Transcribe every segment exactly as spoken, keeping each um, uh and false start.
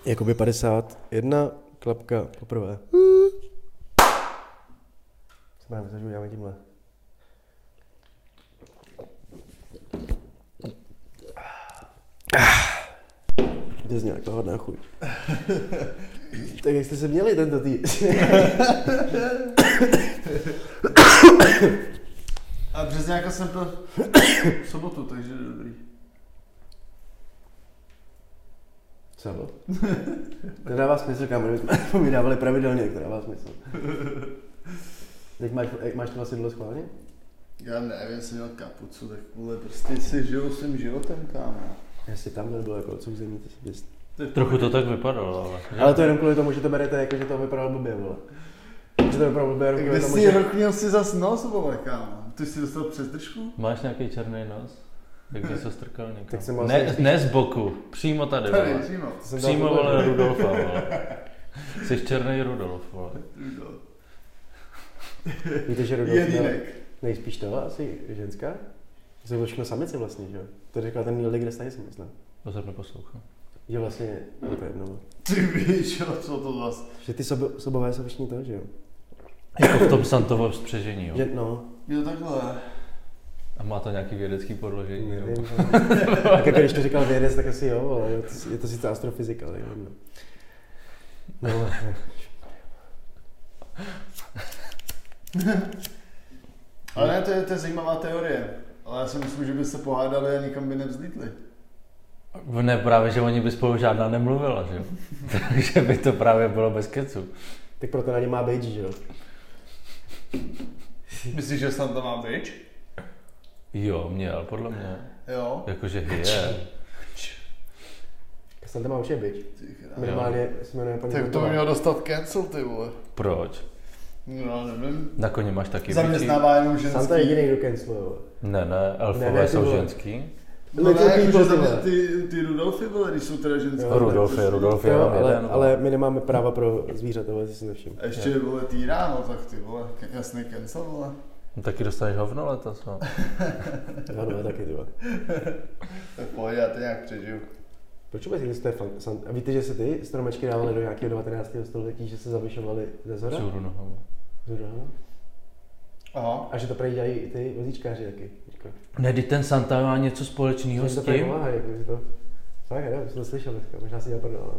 Jakoby padesát jedna klapka poprvé. Jsme se uděláme tímhle. To zní jako hodná chuť. Tak jak jste se měli tento tý? A přesně jako jsem to v sobotu, takže dobrý. Co? To dává smysl, kámo, jsme mi dávali pravidelně, to dává smysl. Teď máš, máš to vlastně dlouho schválně? Já nevím, jsem měl kapucu, tak vole, prostě si žiju svým životem, kámo. Jestli tam nebylo jako odsouzení, to si bys... Trochu to tak vypadalo, ale... Ale to jenom kvůli tomu, že to berete jako, že to vypadalo blbě, vole. Že to vypadalo blbě, jenom kvůli tomu, že... že... Roknil si zas nos, vole, kámo. Ty jsi dostal přes držku? Máš nějaký černý nos? Jak bys se strkal někam? Ne, spíš... ne z boku, přímo tady, tady vole. přímo. Přímo, vole, Rudolfa, vole. Jsi černý Rudolf, vole. Rudolf. Víte, že Rudolf Jedinek. Nejspíš to asi ženská? To bylo všechno samice vlastně, že jo? To řekla ten Neil deGrasse Tyson, myslím. To jsem neposlouchal. Že vlastně, je to jedno. Ty víš, jo, co to zase? Že ty sobo, sobové jsou všichni to, že jo? Jako v tom Santovo spřežení, jo? Že, no. Jo, takhle. A má to nějaký vědecký podložení, jo? Nevím, tak jako když to říkal vědec, tak asi jo, ale je to, je to sice astrofyzika, ale jo. No. Ale ne, to je, to je zajímavá teorie. Ale já si myslím, že by se pohádali a nikam by nevzlítli. Ne, právě, že oni by spolu žádná nemluvila, že jo? Takže by to právě bylo bez kecu. Tak proto na ně má být, že jo? Myslíš, že Santa má bitch? Jo, měl, podle mě. Jo. Jakože je. Santa má určitě bitch. Minimálně se jmenuje paní Tak to by mělo dostat cancel, ty vole. Proč? No, nevím. Na koně máš taky Zaměstnává jenom ženský. Santa je jediný, kdo canceluje. Ne, ne, elfové ne, ne, jsou vole. ženský. No ne, jako, že people, ty, ty Rudolfy, vole, když jsou teda ženský. Jo, Rudolf je, Rudolf je, jo, jenom ale, jeden. ale my nemáme práva pro zvířata, ale si nevšim. A ještě, vole, týrá, no tak ty, vole, jasný cancel, vole. No taky dostaneš hovno letos, no. Ano, taky ty. Tak pohodě, já to nějak přežiju. Proč vůbec existuje Santa? A víte, že se ty stromečky dávaly do nějakého devatenáctého století, že se zavěšovaly ze zhora? Vzhůru nohou. Vzhůru nohou? Aha. A že to prý dělají i ty vozíčkáři taky. Ne, teď ten Santa má něco společného s to prý tím. pomáhá, jako, že to... Fakt, já jsem to slyšel dneska, možná si dělal prdel.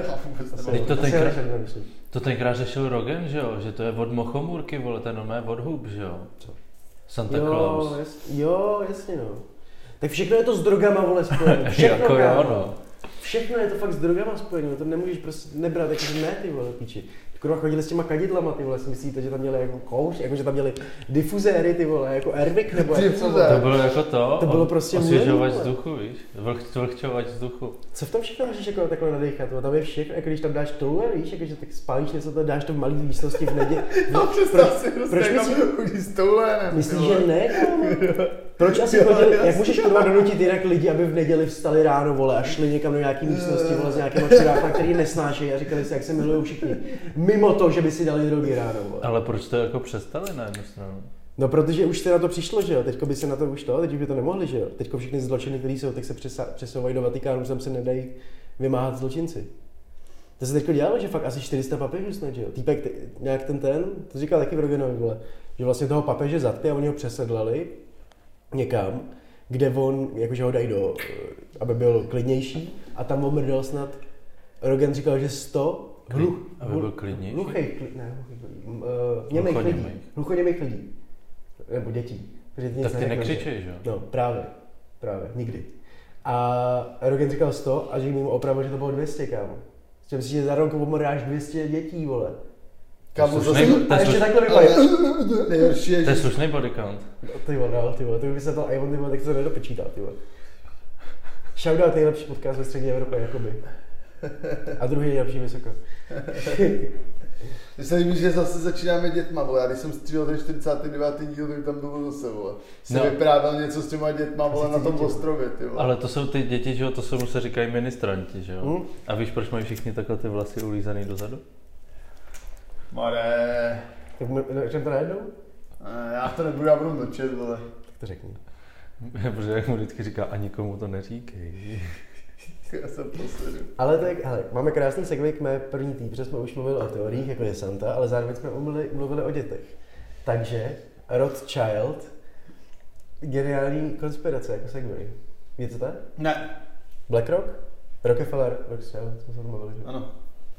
Teď to tenkrát, to tenkrát řešil Rogan, že jo? Že to je od mochomůrky, vole, ten je od hub, že jo? Co? Santa jo, Claus. Jas, jo, jasně no. Tak všechno je to s drogama, vole, spojené. Všechno, jako jo, no. Všechno je to fakt s drogama spojené, to nemůžeš prostě nebrat, jakože ne, ty vole, píči. Kurva chodili s těma kadidlama, ty vole, si myslíte, že tam měli jako kouř, jako že tam měli difuzéry, ty vole, jako Airwick nebo jako co, vole. To bylo jako to, to bylo prostě osvěžovač vzduchu, víš, Vlh, vlhčovač vzduchu. Co v tom všechno můžeš jako takhle nadechat, tam je všechno, jako když tam dáš tohle, víš, jako že tak spálíš něco, to dáš to v malý místnosti v neděli. No představ si, prostě proč myslíš, chodí s touhle, myslíš, že ne, kámo? Proč asi chodili, jak můžeš kurva donutit jinak lidi, aby v neděli vstali ráno, vole, a šli někam do nějaký místnosti, vole, s nějakýma čirákama, který nesnášejí a říkali si, jak se milujou všichni. Mimo to, že by si dali drogy ráno, vole. Ale proč to jako přestali na jednu stranu? No protože už se na to přišlo, že jo, teďko by se na to už to, teď už by to nemohli, že jo. Teďko všechny zločiny, které jsou, tak se přesa- přesouvají do Vatikánu, tam se nedají vymáhat zločinci. To se teďko dělalo, že fakt asi čtyři sta papežů snad, že jo. Týpek, t- nějak ten ten, to říkal taky v Roganovi, vole, že vlastně toho papeže zatkli a oni ho přesedlali někam, kde on, jakože ho dají do, aby byl klidnější a tam omrdal snad, Rogan říkal, že sto hluch, aby byl klidnější? Hluchej, kli, ne, uh, němejch lidí, hluchoněmých lidí, nebo dětí. Ty tak ty nekřičej, že jo? No, právě, právě, nikdy. A Rogan říkal sto a že jim opravil, že to bylo dvě stě, kámo. Že myslíš, že za rok omrdáš dvě stě dětí, vole. Kámo, zase... A ještě takhle vypadají. To je slušný body count. No, ty vole, no, ty vole, to by vysvětlil Ivan, ty vole, tak se to nedopočítá, ty vole. Shoutout nejlepší podcast ve střední Evropě, jakoby. A druhý nejlepší vysoko. Mně se líbí, že zase začínáme dětma, vole. Já když jsem střílel ten čtyřicátý devátý díl, tak tam bylo zase, vole. Jsem no. vyprávěl něco s těma dětma, vole, na tom děti, ostrově, ty vole. Ale to jsou ty děti, že jo, to jsou, se říkají ministranti, že jo. Hmm? A víš, proč mají všichni takhle ty vlasy ulízaný dozadu? Mare. Tak řekneme to najednou? Já to nebudu, já budu mlčet, vole. Tak to řekni. Protože jak mu vždycky říká, a nikomu to neříkej. Já jsem posledu. Ale tak, hele, máme krásný segway k mé první tý, protože jsme už mluvili o teoriích, jako je Santa, ale zároveň jsme mluvili, mluvili o dětech. Takže Rothschild, geniální konspirace, jako segway. Víte to? Ne. BlackRock? Rockefeller, Rothschild, jsme se to mluvili. Ano.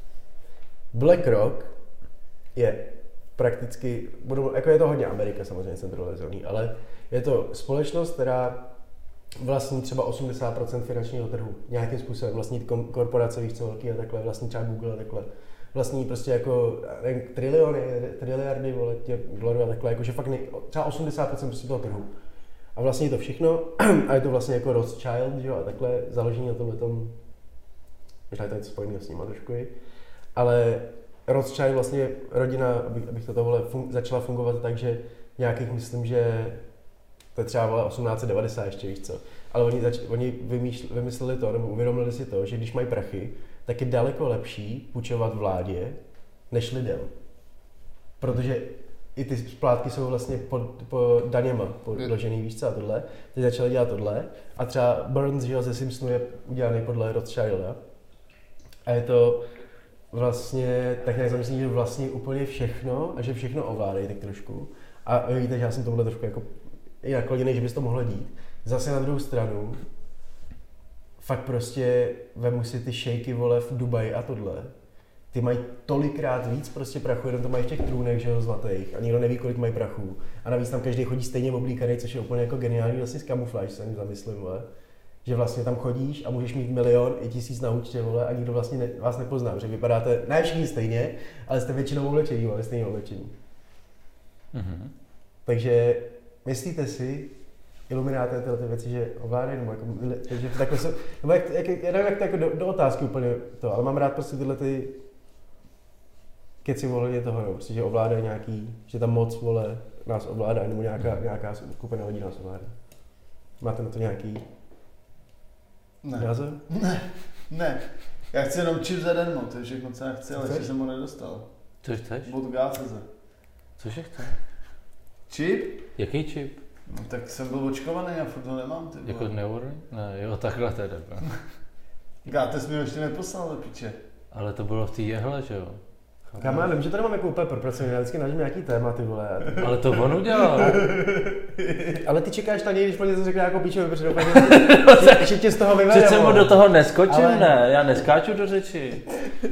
BlackRock je prakticky, budu, jako je to hodně Amerika samozřejmě centralizovaný, ale je to společnost, která vlastní třeba osmdesát procent finančního trhu. Nějakým způsobem vlastní korporace, víš co, velký a takhle, vlastní třeba Google a takhle. Vlastní prostě jako nevím, triliony, triliardy vole, tě dolarů a takhle, jakože fakt nej, třeba osmdesát procent prostě toho trhu. A vlastně to všechno, a je to vlastně jako Rothschild, že jo, a takhle založení na tomhle tom, možná je to něco spojeného s nima trošku, ale Rothschild vlastně rodina, abych, abych to tohle fun, začala fungovat tak, že nějakých, myslím, že to je třeba osmnáct set devadesát ještě, víš co, ale oni, zač, oni vymýšl, vymysleli to, nebo uvědomili si to, že když mají prachy, tak je daleko lepší půjčovat vládě, než lidem. Protože i ty splátky jsou vlastně pod, pod daněma podložený, víš co, a tohle. Teď začali dělat tohle a třeba Burns, že jo, ze Simpsonu je udělaný podle Rothschilda. A je to vlastně tak nějak zamyslím, že vlastně úplně všechno a že všechno ovládají tak trošku. A víte, že já jsem tohle trošku jako i nakloněný, že bys to mohlo dít. Zase na druhou stranu, fakt prostě vemu si ty šejky, vole, v Dubaji a tohle. Ty mají tolikrát víc prostě prachu, jenom to mají v těch trůnech, že jo, zlatých a nikdo neví, kolik mají prachu. A navíc tam každý chodí stejně oblíkaný, což je úplně jako geniální vlastně z kamufláž, se mi zamyslím, vole. Že vlastně tam chodíš a můžeš mít milion i tisíc na účtě, vole, a nikdo vlastně ne, vás nepozná, že vypadáte ne všichni stejně, ale jste většinou oblečení, ale stejně oblečení. Mm-hmm. Takže myslíte si, ilumináte tyhle ty věci, že ovládají, nebo jako, takže takhle jsou, nebo jak, jak, já nevím, jak to jako do, do otázky úplně to, ale mám rád prostě tyhle ty keci ohledně toho, no, prostě, že ovládají nějaký, že ta moc, vole, nás ovládá, nebo nějaká, nějaká skupina lidí nás ovládá. Máte na to nějaký ne. názor? Ne, ne. Já chci jenom čip zadarmo, to je všechno, co já chci, ale ještě jsem ho nedostal. Co chceš? Od Gáceze. Cože chceš? Čip? Jaký čip? No tak jsem byl očkovaný a furt ho nemám, ty jako neuro? Ne, jo, takhle teda. Gátes mi ho ještě neposlal do piče. Ale to bylo v té jehle, že jo? Kámo, já vím, že to nemám jako úplně propracovaný, já vždycky najdem nějaký téma, ty vole. Ale to on udělal. Ale ty čekáš na něj, když po něco řekne jako píčo, protože doufám, že tě z toho vyvede. Přece mu do toho neskočím, ale... ne, já neskáču do řeči.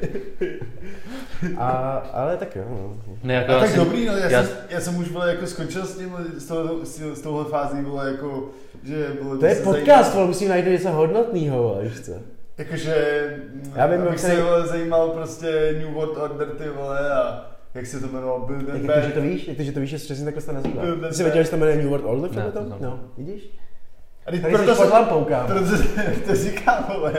A, ale tak jo, no. Ne, jako a tak jsem, dobrý, no, já, já, jsem, já jsem už vole, jako skončil s tím, s, toho, s touhle fází, vole, jako, že... Vole, to je podcast, vole, musím najít něco hodnotného, vole, víš co? Jakože, já vím, abych se vole, zajímal prostě New World Order, ty vole, a jak se to jmenovalo, Bilderberg. Jak to, že to víš, jak to, že to víš, že přesně takhle se to nazývá. Ty jsi věděl, že to jmenuje New World Order, ne, to no, vidíš? A teď proto jsi pod lampou, kámo. Proto to říkám, vole.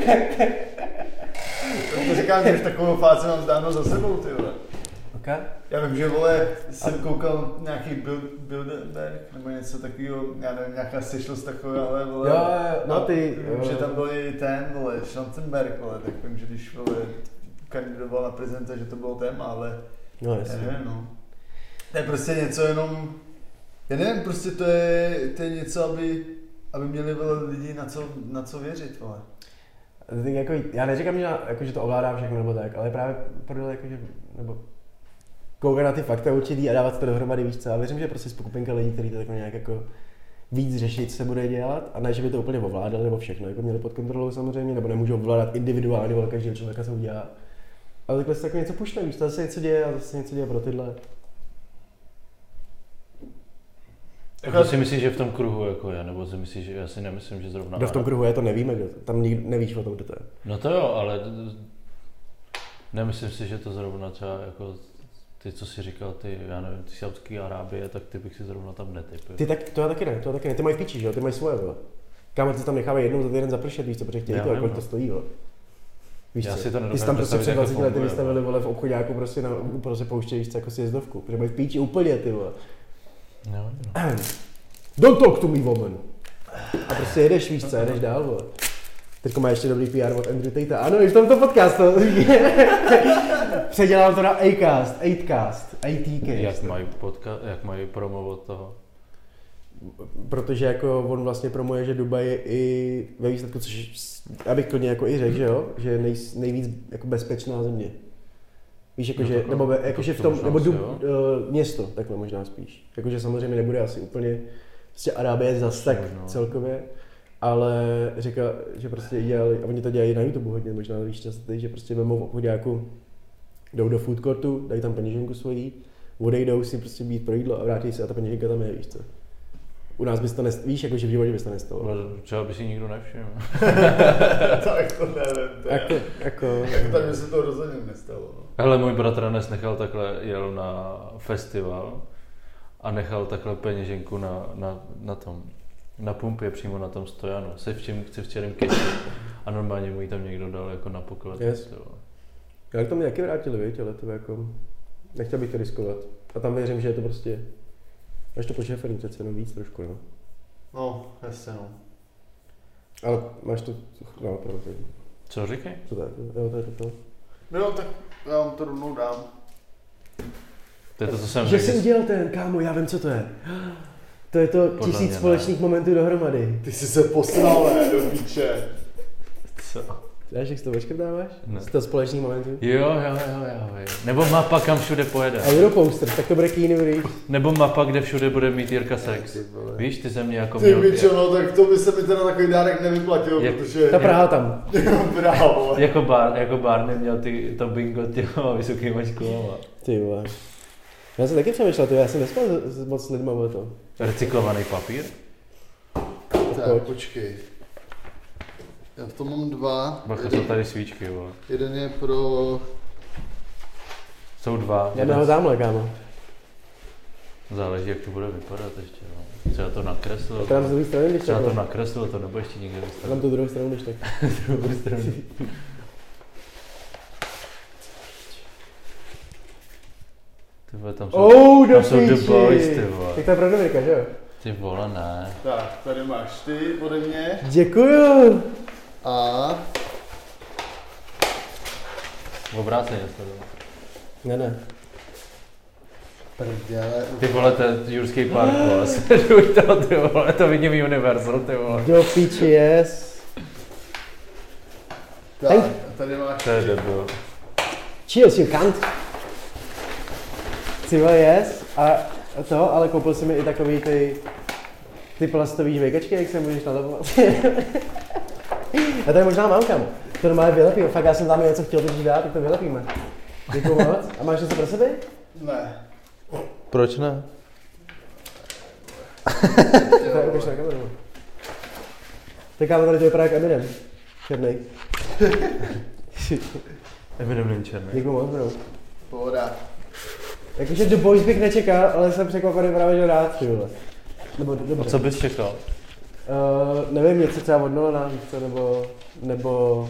To říkám, že už takovou fázi mám zdávno za sebou, ty vole. Okay. Já vím, že vole, jsem koukal nějaký Bilderberg, nebo něco takového, já nevím, nějaká sešlost takového, ale vole. Jo, jo, no ty. Vím, že tam byl i ten, vole, Schanzenberg, vole, tak vím, že když, vole, kandidoval na prezidenta, že to bylo téma, ale. No jasně. Nevím, no. To je prostě něco jenom, já nevím, prostě to je, to je něco, aby, aby měli vole lidi na co, na co věřit, vole. Jako, já neříkám, že, jako, že to ovládá všechno nebo tak, ale právě podle jako, že, nebo koukat na ty fakta určitý a dávat to dohromady, víš co, a věřím, že prostě skupinka lidí, kteří to tak nějak jako víc řešit, co se bude dělat, a ne, že by to úplně ovládali nebo všechno, jako měli pod kontrolou samozřejmě, nebo nemůžou ovládat individuálně, ale každého člověka se udělá. Ale takhle se takové něco pušne, víš, to zase něco děje a zase něco děje pro tyhle. Takže si myslíš, že v tom kruhu jako je, nebo si myslíš, že já si nemyslím, že zrovna... Kdo v tom kruhu je, to nevíme, kdo to, tam nikdy nevíš o tom, kdo to je. No to jo, ale nemyslím si, že to zrovna třeba jako ty, co jsi říkal, ty, já nevím, ty Saudské Arábie, tak ty bych si zrovna tam netypil. Ty tak, to já taky ne, to já taky ne, ty mají v píči, že jo, ty mají svoje, vole. Kámo, ty tam nechávají jednou za týden zapršet, víš co, protože chtějí to, kolik to stojí, vole. Víš já co, si to ty jsi tam prostě před dvaceti lety vystavili, vole, v obchodáku prostě na prostě pouštějí, víš co, jako sjezdovku, protože mají v píči úplně, ty vole. No, no. Don't talk to me, woman. A prostě jedeš, víš co, jedeš dál, vole. Teďko má ještě dobrý P R od Andrew Tate. Ano, i v tomto podcastu. Předělám to na Acast, Eightcast, A T K. Jak mají, podka- jak mají promo od toho? protože jako on vlastně promuje, že Dubaj je i ve výsledku, což já bych klidně jako i řekl, že jo, že je nej, nejvíc jako bezpečná země. Víš, jakože, no, nebo jakože v tom, nebo Dub, uh, město, takhle možná spíš. Jakože samozřejmě nebude asi úplně, prostě Arábie zas tak no. celkově, ale říká, že prostě dělali, a oni to dělají na YouTube hodně, možná víš často, že prostě vemou v obchodáku, jdou do food courtu, dají tam peněženku svojí, odejdou si prostě být pro jídlo a vrátí se a ta peněženka tam je, víš co. U nás bys to nestalo, víš, jakože v životě bys to nestalo. Třeba by si nikdo nevšiml. Tak to nevím, to jako, jako, jako tady by se to rozhodně nestalo. No. Hele, můj bratranec nechal takhle, jel na festival a nechal takhle peněženku na, na, na tom, na pumpě přímo na tom stojanu, se vším, chci včerým keši a normálně mu ji tam někdo dal jako na poklad. Yes. Já k tomu taky vrátili, víš, ale to jako, nechtěl bych to riskovat. A tam věřím, že je to prostě, máš to po šéferní přece jenom víc trošku, no. No, jasně no. Ale máš to, no, pravda. Co říkej? Co to je? Jo, to je to. No, tak já vám to rovnou dám. To je to, co jsem že jsi udělal ten, kámo, já vím, co to je. To je to podle tisíc společných ne. momentů dohromady. Ty jsi se poslal, ne, do píče. Co? Víš, jak si to očkrtáváš? Z toho společných momentů? Jo, jo, jo, jo, jo. Nebo mapa, kam všude pojede. Europoster, tak to bude Keanu Reeves. Nebo mapa, kde všude bude mít Jirka sex. Víš, ty země jako měl. Ty bičo, no tak to by se mi teda takový dárek nevyplatil, jak, protože... Ta Praha tam. Bravo. jako, bar, jako Barney měl ty, to bingo těma vysokýma školama. Ty vole. Já jsem taky přemýšlel, to já jsem nespal moc s lidma o to. Recyklovaný papír? Tak, počkej. Já v tom mám dva. Bacha, jsou tady svíčky, vole. Jeden je pro... Jsou dva. Já ho tamhle, kámo. Záleží, jak to bude vypadat ještě, no. Třeba to nakreslilo. Tam z druhé strany, když Třeba to nakreslilo, to nebo ještě někde vystavit. Tam tu druhou stranu, když tak. druhou stranu. Ty vole, tam jsou, oh, tam jsou The Boys, ty vole. Tak to je pro Dominika, že jo? Ty vole, ne. Tak, tady máš ty ode mě. Děkuju. A... Obráceně se to. Ne, ne. Prděle. Ty vole, to je Jurský park, vole. Sleduj to, ty vole, to vidím Universal, ty vole. Do píči, yes. Tak, a tady máš... To je debil. Cheers, you cunt. Ty vole, yes. A to, ale koupil si mi i takový ty... Ty plastový žvejkačky, jak se můžeš nadavovat. Já tady možná mám, kam. To normálně vylepíme. Fakt, já jsem tam něco chtěl teď dát, tak to vylepíme. Děkuju moc. A máš něco pro sebe? Ne. Proč ne? To je ukaž na kameru. Tak kámo, tady to vypadá jak Eminem. Černej. Eminem není černý. Děkuju moc, bro. Pohoda. Jakože The Boys bych nečekal, ale jsem překvapený právě, že rád, ty vole. Nebo dobře. A co bys čekal? Uh, nevím, něco třeba od Nolana, víš co, nebo, nebo...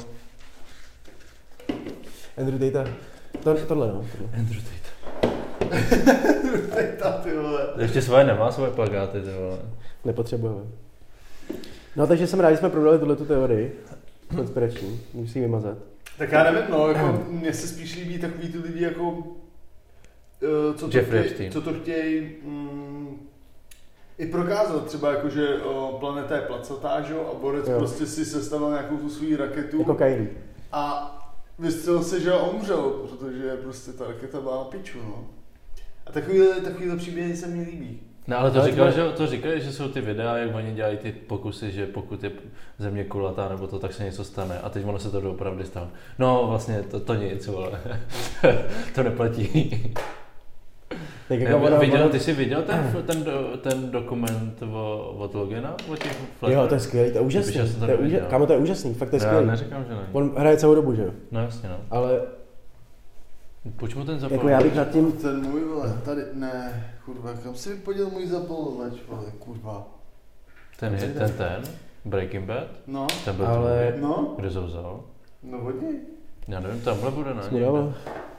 Andrew Tate. To, tohle no. Tohle. Andrew Tate. Andrew Tate, ty vole. Ještě svoje nemá, svoje plakáty, ty vole. Nepotřebujeme. No takže jsem rád, že jsme probrali tuhletu teorii. Konspirační, můžu si ji vymazat. Tak já nevím, no, jako mně se spíš líbí takový ty lidi jako... Uh, co, to chtěj, co to chtějí... Mm, i prokázat třeba jako, že o, planeta je placatá, že jo, a borec jo. prostě si sestavil nějakou tu svou raketu. Jako Kylie. A vystřelil se, že umřel, protože prostě ta raketa byla na piču, no. A takovýhle, takovýhle příběhy se mi líbí. No ale to říkal, že, to říkali, že jsou ty videa, jak oni dělají ty pokusy, že pokud je země kulatá nebo to, tak se něco stane. A teď ono se to doopravdy stane. No vlastně to, to nic, vole. To neplatí. Tak jako ne, viděl, ty jsi viděl ten, ten, ten dokument o, od Logana? O těch jo, to je skvělý, to je úžasný. To to je úža- Kámo, to je úžasný, fakt to je skvělý. Já neříkám, že ne. On hraje celou dobu, že jo? No jasně, no. Ale... Pojď mu ten zapal. Jako já bych nad tím... Ten můj, vole, tady, ne, kurva, kam si vypoděl můj zapalovač, vole, kurva. Ten hit, ten ten? Breaking Bad? No. Ten byl ale... tvůj. No. Kde jsi ho vzal? No hodně. Já nevím, tamhle bude, ne? Jo.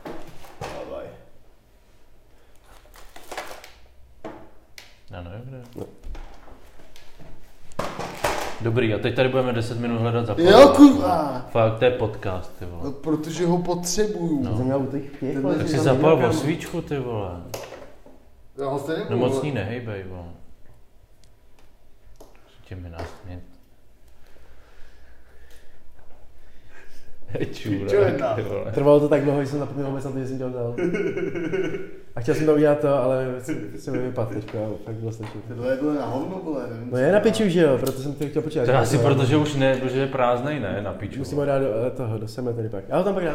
Já nevím, kde. No. Dobrý, a teď tady budeme deset minut hledat za Jo, kurva! Fakt, to je podcast, ty vole. No, protože ho potřebuju. No. Tak si zapal o svíčku, ty vole. Já ho stejně no moc ní nehejbej, vole. Ještě mi nás mě. Čurák, trvalo to tak dlouho, že jsem zapomněl vůbec na to, že jsem to vzal. A chtěl jsem to udělat to, ale jsem mi vypadl teďka, fakt bylo stačit. Tohle bylo na hovno, vole, nevím. No je na piču, že jo, proto jsem to chtěl počítat. To asi protože už ne, protože je prázdnej, ne, na piču. Musím ho dát do toho, do seme tady pak. Já ho tam pak dám.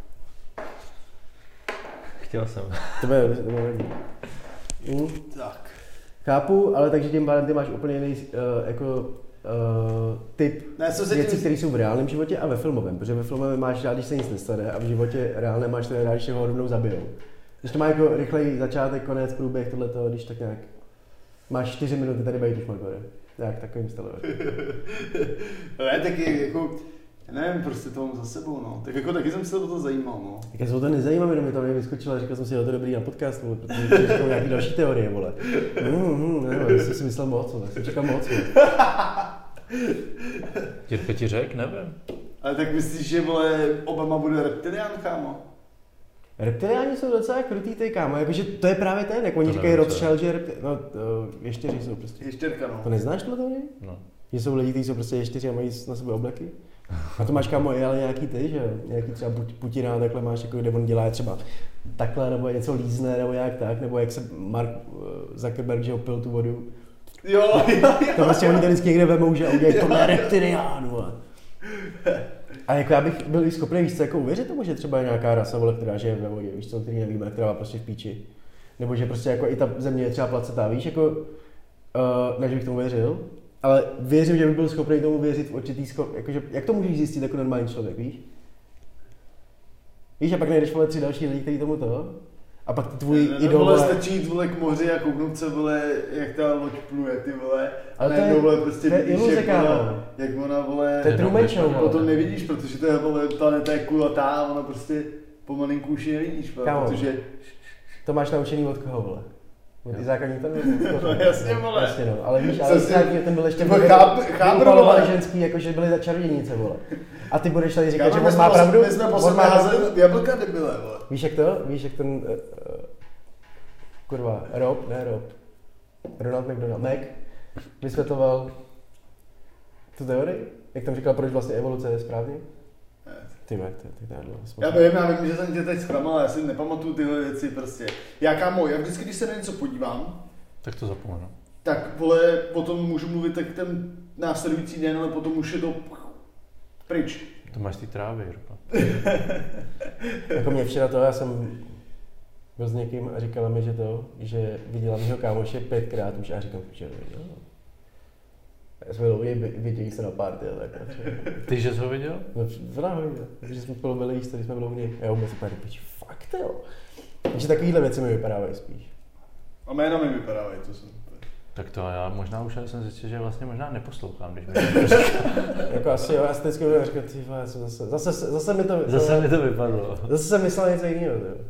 Chtěl jsem. To bude, to bude hodně. Mm. Tak. Chápu, ale takže tím pádem ty máš úplně jiný uh, jako uh, typ ne, věcí, tím... které jsou v reálném životě a ve filmovém. Protože ve filmovém máš rád, když se nic nestane a v životě reálné máš to rád, když ho rovnou zabijou. Když to má jako rychlej začátek, konec, průběh, tohleto, když tak nějak máš čtyři minuty, tady bajíš Magore. Tak, takovým stylem. Ne, taky jako, nevím, prostě to mám za sebou, no. Tak jako taky jsem se o to zajímal, no. Tak já se o to nezajímám, jenom mi to mě vyskočilo a říkal jsem si, že to je dobrý na podcast, vole, protože říkal nějaký další teorie, vole. Mm, ne, já jsem si myslel moc, vole, jsem čekal moc, vole. Jirka ti řek, nevím. Ale tak myslíš, že, vole, Obama bude reptilián, kámo? Reptiliáni jsou docela krutý, ty kámo, jakože to je právě ten, jak oni říkají Rothschild, že reptiliáni, no ještěři jsou prostě. Ještěrka, no. To neznáš tohle teorii? No. Že jsou lidi, kteří jsou prostě ještěři a mají na sebe obleky? A to máš kámo i ale nějaký ty, že nějaký třeba Putina, takhle máš, jako, kde on dělá třeba takhle, nebo něco lízne, nebo nějak tak, nebo jak se Mark Zuckerberg, že opil tu vodu. Jo, jo, jo. To vlastně oni to vždycky někde vemou, že udělají tohle reptilián, vole. A jako já bych byl schopný, víš co, jako uvěřit tomu, že třeba je nějaká rasa, vole, která žije ve vodě, víš co, který nevíme, která má prostě v píči. Nebo že prostě jako i ta země je třeba placetá, víš, jako, uh, ne, že bych tomu věřil, ale věřím, že bych byl schopný tomu věřit v určitý skop, jakože, jak to můžeš zjistit jako normální člověk, víš? Víš, a pak najdeš, vole, tři další lidi, kteří tomu to, a pak tvůj ne, idol, vole, stačí jít, vole, k moři a kouknout se, vole, jak ta loď pluje, ty vole, a ale najednou, vole, prostě to je vidíš, iluze, jak, kámo. ona, jak ona, vole, To je Truman Show, to nevidíš, protože to je, vole, planeta je kulatá a ona prostě pomalinku už ji nevidíš, vole, protože... To máš naučený od koho, vole? Od ty základní ten no jasně, vole. Jasně, no, ale víš, ale si... ten byl ještě vyupalovali ženský, jakože byli za čarodějnice, vole. A ty budeš tady říkat, kámo, že on má pravdu? My jsme posledně házeli jablka, debile, vole. Víš jak to? Víš jak ten... Uh, uh, kurva, Rob, ne Rob. Ronald McDonald, Mac vysvětloval tu teorii? Jak tam říkal, proč vlastně evoluce je správně? Ty Mac, to je tak Já vím, já vím, že jsem tě teď zklamal, já si nepamatuju tyhle věci prostě. Já kámo, já vždycky, když se na něco podívám, tak to zapomenu. Tak vole, potom můžu mluvit tak ten následující den, ale potom už je to pryč. To máš ty trávy, Jirko. Jako mě včera to, já jsem byl s někým a říkala mi, že to, že viděla mýho kámoše pětkrát už a říkám, že viděl. Já jsme dlouhý viděli se na party a tak. Ty, že jsi ho viděl? No, ona ho viděl, protože jsme spolu byli jíst, když jsme byli u něj. A já vůbec úplně říkám, fakt jo. Takže takovýhle věci mi vypadávají spíš. A jména mi vypadávají, to jsem. Tak to já možná už jsem zjistil, že vlastně možná neposlouchám, když mi to jako asi jo, já jsem vždycky budu říkat, ty vole, zase, zase, zase mi to... Zase mi to vypadlo. Zase jsem myslel něco jiného, jo.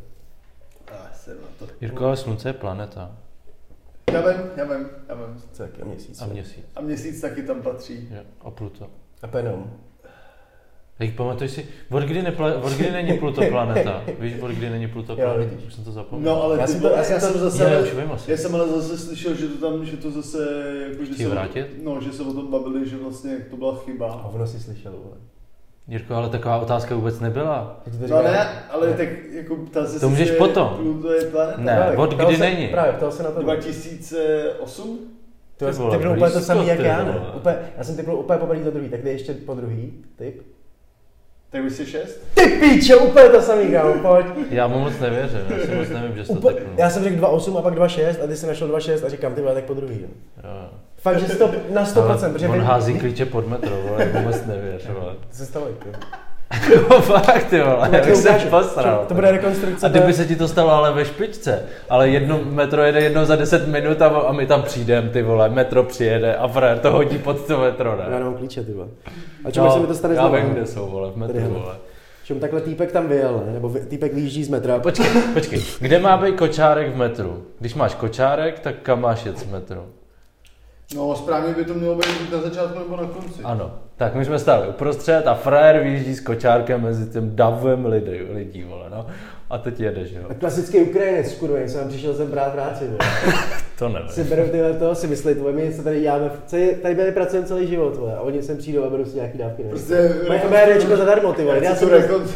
Jirko, slunce je planeta. Já vím, já vím, já vím. Co taky a měsíc. A měsíc. A měsíc taky tam patří. Jo, a Pluto. A Penom. Jak pamatuješ si, od kdy, nepla, od kdy není Pluto planeta? Víš, od kdy není Pluto planeta? Už jsem to zapomněl. No ale já ty, jsem to, já jsem já to zase, já, už vím asi. Já jsem ale zase slyšel, že to tam, že to zase, jako, že se, vrátit? No, že se o tom bavili, že vlastně to byla chyba. A ono si slyšel, vole. Jirko, ale taková otázka vůbec nebyla. No ne, ale ne. Tak jako ta se to můžeš že potom. Pluto je planeta. Ne, právě, od kdy se, není. Právě, ptal se na to. dva tisíce osm? To je typnul úplně to samý jak já, ne? Úplně, já jsem typnul úplně poprvé to druhý, tak dej ještě po druhý, typ. Tak už jsi šest? Ty píče, úplně to samý, kámo, pojď. Já mu moc nevěřím, já si moc nevím, že jsi to typnul. Já jsem řekl dva osm a pak dva šest a ty jsi našel dva šest a říkám, ty vole, tak po druhý. Jo. Jo. Fakt, že sto, na sto procent, protože... On hází klíče pod metro, vole, jak mu moc nevěř, vole. To se stalo, jo. Fakt, ty vole, jak se posral. To bude rekonstrukce. A kdyby se ti to stalo ale ve špičce, ale jedno metro jede jednou za deset minut a, a my tam přijdeme, ty vole, metro přijede a frér to hodí pod to metro, ne? Já nemám klíče, ty vole. A čemu no, se mi to stane znovu? Já vím, kde jsou, vole, v metru, vole. Čemu takhle týpek tam vyjel, ne? Nebo týpek vyjíždí z metra. Počkej, počkej, kde má být kočárek v metru? Když máš kočárek, tak kam máš jet z metru? No, správně by to mělo být na začátku nebo na konci. Ano, tak my jsme stáli uprostřed a frajer vyjíždí s kočárkem mezi tím davem lidí, lidí, vole, no. A teď jedeš, jo. A klasický Ukrajinec, kurva, jsem přišel sem brát práci, vole. To nevím. Si berou tyhle toho, si myslí, tvoje, my co tady děláme, co je, tady tady pracujeme celý život, tvoje, a oni sem přijdou a berou si nějaký dávky, nevím. Prostě... Mají MRDčko zadarmo, ty vole. Já jsem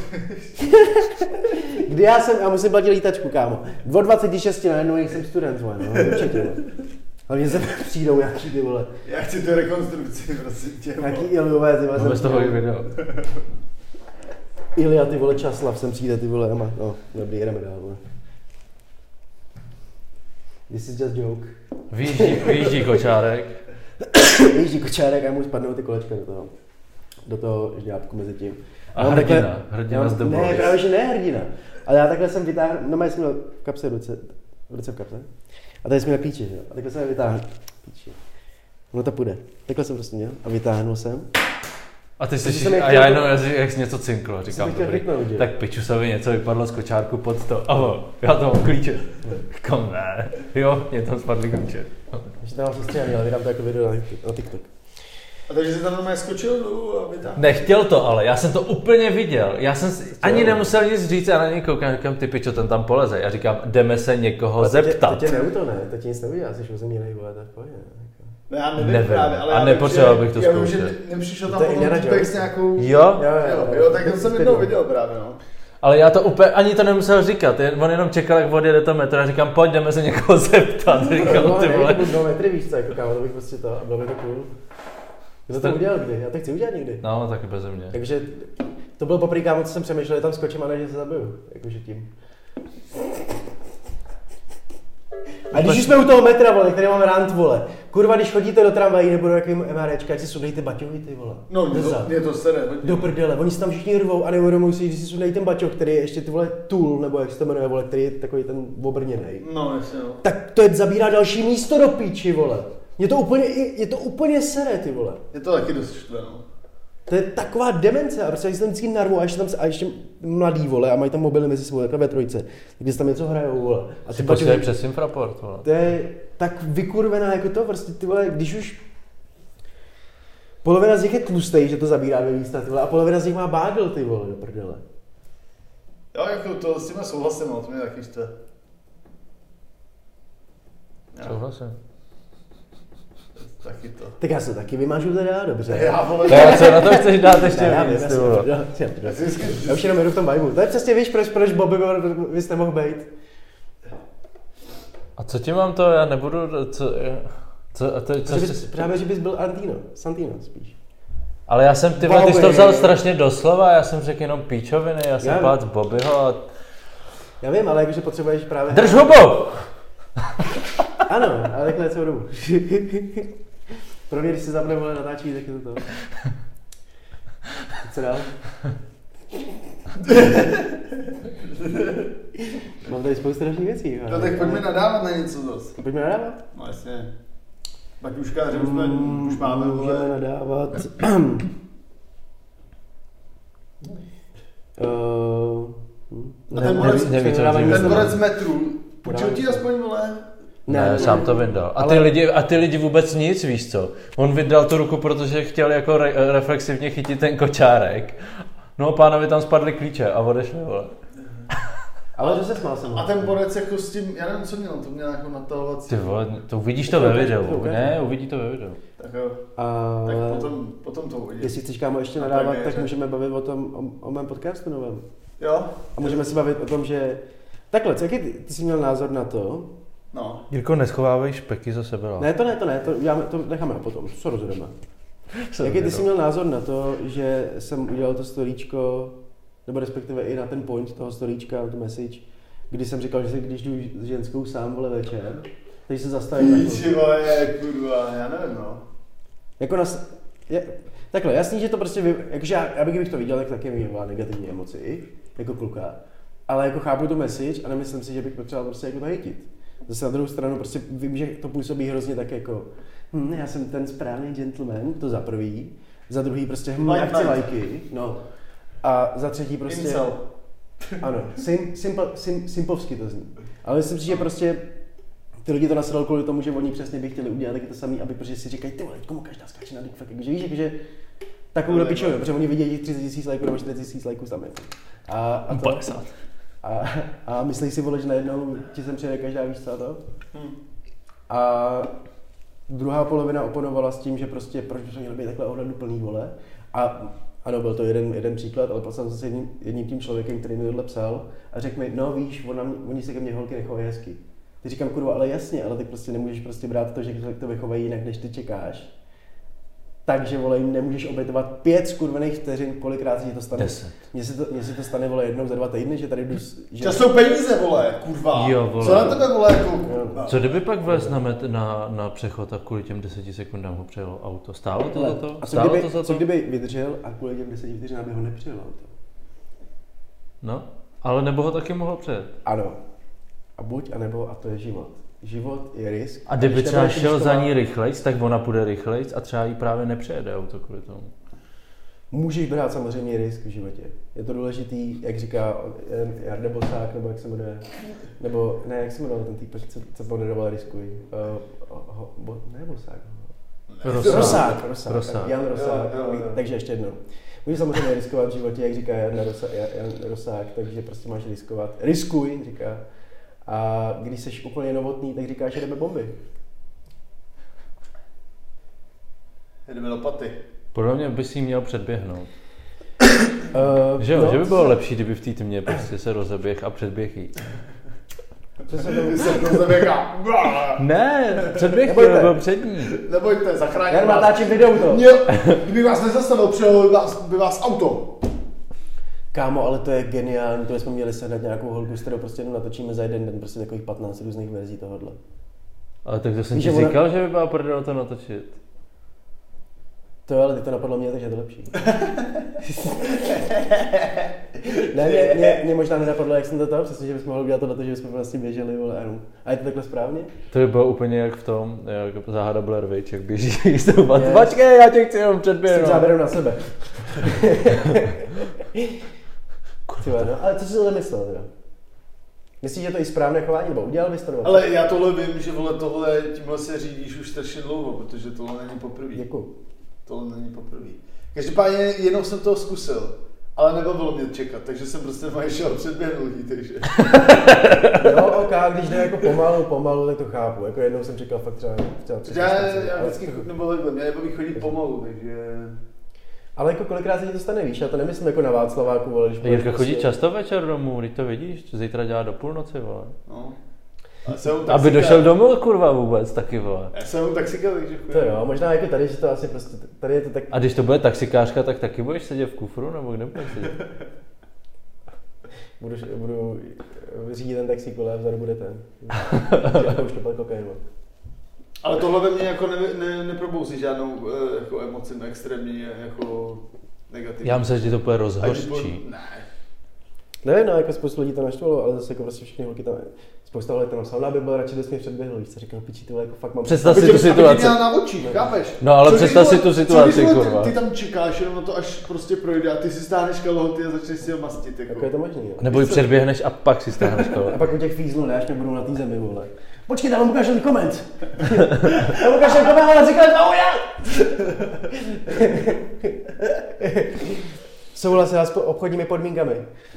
Kdy já jsem, já musím platit lítačku, kámo. O dvacet šest najednou jsem student, vole, no, určitě, no. Hlavně se přijdou nějaký, ty vole. Já chci tu rekonstrukci, prosím tě. Nějaký Iliové, ty vole. Máme z toho i video. Ilia, ty vole, Časlav sem přijde, ty vole, ama. No, dobrý, jdeme dál, vole. This is just joke. Výjíždí, výjíždí kočárek. Výjíždí kočárek a mu spadnou ty kolečka do toho. Do toho žďábku mezi tím. A hrdina, takhle, hrdina z The Boys. Ne, právě, že ne hrdina. Ale já takhle jsem vytáhl, no já jsem měl v kapse v ruce, v ruce v kapse. A tady jsem měl klíče, že? A takhle jsem je vytáhl. Klíče. No to půjde. Takhle jsem prostě měl a vytáhnul jsem. A ty jsi, a já jenom, jak jsi něco cinklo, říkám, ryknout, tak Pičusovi něco vypadlo z kočárku pod to, aho, já to mám klíče. Kom ne, jo, mě tam spadly klíče. Ještě tam mám sestřihaný, ale vydám to jako video na, na TikTok. A takže jsi tam normálně skočil dolů a vytáhl? Nechtěl to, ale já jsem to úplně viděl. Já jsem si, ani nemusel nic říct, já na něj koukám, říkám, ty pičo, ten tam poleze. Já říkám, jdeme se někoho a zeptat. To tě, tě neutone, to ti nic neudělá, jsi uzemněnej, vole, tak pojď. No já nevím, nevím, právě, ale a nepotřeboval bych to zkoušet. Já vím, že nepřišel tam potom týpek s nějakou... Jo? Jo, jo, jo, tak to jsem jednou viděl právě, no. Ale já to úplně, ani to nemusel říkat, on jenom čekal, jak odjede to metro a říkám, pojď, jdeme se někoho zeptat. Říkám, no, ty vole. To bylo metry, víš co, jako kámo, to bych prostě to, a bylo by to cool. Kdo to udělal kdy? Já to chci udělat někdy. No, taky beze mě. Takže to bylo poprvé, kámo, co jsem přemýšlel, že tam skočím a ne, že se zabiju. Jakože tím. A když už jsme u toho metra, vole, který máme rant, vole. Kurva, když chodíte do tramvají nebo do jakým MRčka, ať si sundejte baťohy, ty vole. No, mě to, mě to sere. Do prdele, oni si tam všichni rvou a neuvědomují si, že si sundají ten baťoh, který je ještě ty vole tool, nebo jak se to jmenuje, vole, který je takový ten obrněnej. No, jasně, no. Tak to je zabírá další místo do píči, vole. Je to úplně, je to úplně sere, ty vole. Je to taky dost štve, no. To je taková demence a prostě když tam vždycky narvu a ještě tam a ještě mladý, vole, a mají tam mobily mezi sebou, takhle ve trojce, tak když tam něco hrajou, vole. A ty posílají přes Infraport, vole. To je tak vykurvená jako to, prostě ty vole, když už polovina z nich je tlustej, že to zabírá dvě místa, ty vole, a polovina z nich má bágl, ty vole, do prdele. Jo, jako to s tím souhlasím, ale to mě taky štve. Souhlasím. Taky to. Tak já se taky vymažu teda, dobře. Já, vole, ne, co na to chceš dát ještě víc, ty vole. Já už jenom jedu v tom vibu. To je přesně, víš, proč, proč Bobby bys nemohl být. A co ti mám to, já nebudu, co, co, a to, co bys, jsi... Právě, že bys byl Antino, Santino spíš. Ale já jsem, ty, ty jsi to vzal strašně doslova, já jsem řekl jenom píčoviny, já jsem pát Bobbyho a... Já vím, ale jakože potřebuješ právě... Drž hubu! Ano, ale takhle celou dobu. Pro mě, když se zapne, vole, natáčí, tak je to to. Co dál? Mám tady spoustu dalších věcí. No tak pojďme nadávat na něco zase. Pojďme nadávat? No jasně. Baťuškáře už, mm, už máme, vole. Můžeme nadávat. uh, a ten borec, nevím, ten borec metru, počul ti aspoň, vole? Ne, ne, sám to vydal. A ty, ale... lidi, a ty lidi vůbec nic, víš co? On vydal tu ruku, protože chtěl jako re- reflexivně chytit ten kočárek. No pánovi tam spadly klíče a odešli, vole. Ale to se smál jsem. A ten borec jako s tím, já nevím, co měl, to měl jako natahovat. Ty vole, to uvidíš to ve videu. Ne, uvidí to ve videu. Tak jo, a... tak potom, potom to uvidí. Jestli chceš, kámo, ještě nadávat, tak můžeme bavit o tom, o, o mém podcastu novém. Jo. A můžeme se bavit o tom, že... Takhle, co jaký ty, ty jsi měl názor na to? No. Jirko, neschovávej špeky za sebe. Ne, to ne, to ne, to, uděláme, to necháme na potom, co rozhodeme. Jaký ty jsi měl názor na to, že jsem udělal to storíčko, nebo respektive i na ten point toho storíčka, tu message, kdy jsem říkal, že se, když jdu s ženskou sám, vole, večer, takže se zastavím na to. Vole, kurva, já nevím, no. Jako nas... Je, takhle, jasný, že to prostě, jakože já, já bych, kdybych to viděl, tak taky mi vyvolá negativní emoci, jako kluka. Ale jako chápu tu message a nemyslím si, že bych potřeboval prostě jako to hejtit. Zase na druhou stranu prostě vím, že to působí hrozně tak jako hm, já jsem ten správný gentleman, to za prvý, za druhý prostě hm, like, já chci like. lajky, no. A za třetí prostě... Incel. Ano, sim, simple, sim, simpovsky to zní. Ale myslím si, že prostě ty lidi to nasadal kvůli tomu, že oni přesně by chtěli udělat taky to samý, aby protože si říkají, ty vole, komu každá skáče na dick, takže víš, jakože takovou do pičovinu, protože oni vidějí třicet tisíc lajků nebo čtyřicet tisíc lajků tam je. A, a to, A, a myslíš si, vole, že najednou ti sem přijde každá, víš co, to? Hmm. A druhá polovina oponovala s tím, že prostě proč by to mělo být takhle ohleduplný, vole. A ano, byl to jeden, jeden příklad, ale poslal jsem se jedním, jedním tím člověkem, který mi tohle psal a řekl mi, no víš, ona, oni se ke mně holky nechovají hezky. Ty říkám, kurva, ale jasně, ale ty prostě nemůžeš prostě brát to, že to vychovají jinak, než ty čekáš. Takže, vole, jim nemůžeš obětovat pět skurvených vteřin, kolikrát se ti to stane. Deset. Mně se to, mně se to stane, vole, jednou za dva týdny, že tady jdu... Že... Čas jsou peníze, vole, kurva. Jo, vole. Co na tebe, vole, jako kurva? Co kdyby pak vlez na, met, na, na přechod a kvůli těm deseti sekundám ho přejelo auto? Stálo to za to? A co kdyby, to za to? Co kdyby vydržel a kvůli těm deseti vteřinám by ho nepřejelo auto? No, ale nebo ho taky mohl přejet. Ano. A buď, anebo, a to je život. Život je risk. A kdyby třeba šel za ní rychlejc, tak ona půjde rychlejc a třeba jí právě nepřejede auto kvůli tomu. Můžeš brát samozřejmě risk v životě. Je to důležitý, jak říká Jarda Bosák, nebo jak se jmenuje, nebo ne, jak se jmenuje ten týpek, co, co ponedoval riskuj. Uh, ho, bo, ne Bosák. Rosák. Rosák, Rosák. Rosák. Jan Rosák. Jo, jo, jo. Takže ještě jednou. Můžeš samozřejmě riskovat v životě, jak říká Jan Rosák, Jan Rosák, takže prostě máš riskovat. Riskuj, říká. A když jsi úplně novotný, tak říkáš, že jdeme bomby. Jdeme do paty. Podle mě by si měl předběhnout. Uh, že, no, že by bylo lepší, kdyby v té tmě prostě se rozeběh a předběh jí. Ne, předběh byl přední. Nebojte, zachránit vás. Já natáčím video to. Mě, kdyby vás nezastavil, přijel by vás auto. Kámo, ale to je geniální, to jsme měli sehnat nějakou holku, s kterou prostě jenom natočíme za jeden den, prostě takových patnáct různých verzí tohohle. Ale tak to jsem ti říkal, ona... že by byla prdel to natočit. To jo, ale ty to napadlo mě, takže je to lepší. Ne, mě, mě, mě možná nenapadlo, jak jsem to tam, přesně, že bychom mohli udělat tohle, že bychom vlastně běželi, vole, ano. A je to takhle správně? To by bylo úplně jak v tom, jak záhada Blair Witch, jak běží stoupat. Yes. Počkej, já tě chci jenom předběhnout. S tím záběrem na sebe. Tyva, no, ale co jsi tohle myslel teda? Myslíš, že to je správné chování, nebo udělal bys to? Nebo? Ale já tohle vím, že vole tohle, tímhle se řídíš už strašně dlouho, protože tohle není poprvé. Děkuju. Tohle není poprvé. Každopádně jenom jsem toho zkusil, ale nebavilo mě čekat, takže jsem prostě mají šel předběhnutí, takže. No ok, když jde jako pomalu, pomalu, tak to chápu. Jako jednou jsem čekal fakt třeba, třeba tři Já, já vždycky, nebo takhle, mě nebaví chodit pomalu, takže. Ale jako kolikrát se ti to stane, víš, já to nemyslím jako na Václaváku, vole, když Jirka chodí prostě... často večer domů, když to vidíš, zítra dělá do půlnoci, vole. No. Aby došel domů, kurva, vůbec, taky, vole. Já jsem taxika, takže chuj. To jo, možná jako tady, že to asi prostě, tady je to tak... A když to bude taxikářka, tak taky budeš sedět v kufru, nebo kde budeš sedět? budu, budu řídit ten taxík, vole, a vzadu bude ten. Já už to byl kokainu. Ale tohle ve mně jako ne, ne, neprobouzí žádnou jako emoci extrémně jako negativní. Já myslím, že to bude rozhořčí. Ne. Nevím, no, jako spoustu lidí to naštvalo, ale zase jako prostě všechny holky tam, spousta holek tam napsala, aby byl radši, kdybys mě předběhl, víš co, říkal, piči, ty jako fakt mám... Představ si tu situaci. Aby na očích, chápeš? No ale co představ si tu situaci, kurva. Ty, ty tam čekáš jenom na to, až prostě projde a ty si stáhneš kalhoty a začneš si ho mastit, jako. Jako je to možný, jo. Nebo ji předběhneš a pak si stáhneš kalhoty. A pak u těch fízlů, ne, až mě budou na té zemi, vole. Počkej, tam vám ukážu ten koment. Tam ukážu ten koment, ale říkal, to souhlasila s obchodními podmínkami.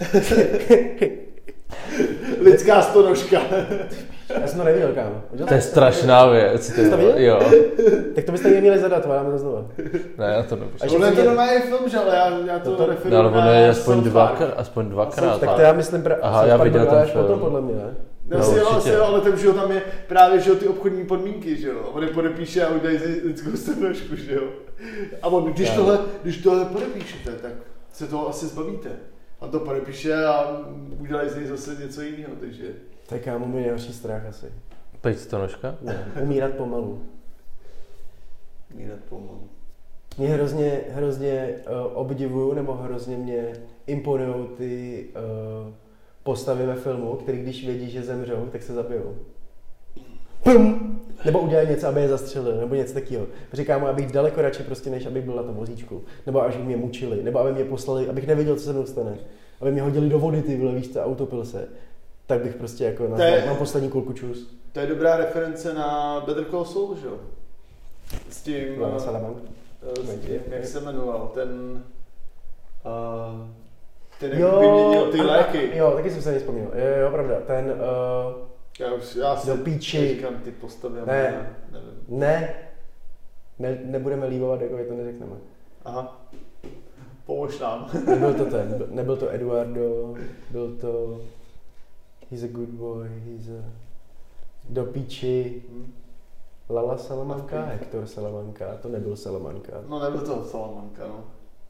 Lidská stonožka. Já jsem to neviděl, kámo. To je strašná věc. Jsi to viděl? Jo. Tak to byste mě měli zadat, dáme to znovu. Ne, já to nebudu. Ono je to normální film, že ale já, já to, to referuji no, ale ono je aspoň South dvakrát, aspoň dvakrát. Tak to já myslím, pra... Aha, já viděl ten film. Potom, podle mě, ne? No, no si, ale, si, ale tam, že jo, tam je právě, že jo, ty obchodní podmínky, že jo. On je podepíše a udělají lidskou stonožku, že jo. A on, když tohle, když tohle podepíšete, tak se toho asi zbavíte. On to podepíše a udělají z něj zase něco jiného, takže... Tak kámo, mi nejhorší strach asi. Pejď stonožka? Ne, umírat pomalu. Umírat pomalu. Mě hrozně, hrozně uh, obdivuju, nebo hrozně mě imponují ty uh, postavy ve filmu, který když vědí, že zemřou, tak se zabijou. Pum! Nebo udělají něco, aby je zastřelili, nebo něco takového. Říkám mu, abych daleko radši prostě, než abych byl na tom vozíčku. Nebo aby mě mučili, nebo aby mě poslali, abych nevěděl, co se mnou stane. Aby mě hodili do vody, ty vole, víš co, autopil se. Tak bych prostě jako na je, mám poslední kulku čus. To je dobrá reference na Better Call Saul, že jo? S tím... No, Salamank. S tím, jak se jmenoval, ten... Uh, ten, jak vyměnil ty léky. Jo, taky jsem se nevzpomněl. Jo, jo, pravda. Ten... Uh, Já už, já si do píči. říkám ty postavy. Ne, nevím. ne, ne, nebudeme líbovat, jako to neřekneme. Aha, pomož nám. Nebyl to ten, nebyl to Eduardo, byl to, he's a good boy, he's a, do píči, hmm. Lala Salamanca, Hector Salamanca, to nebyl Salamanca. No nebyl to Salamanca, no.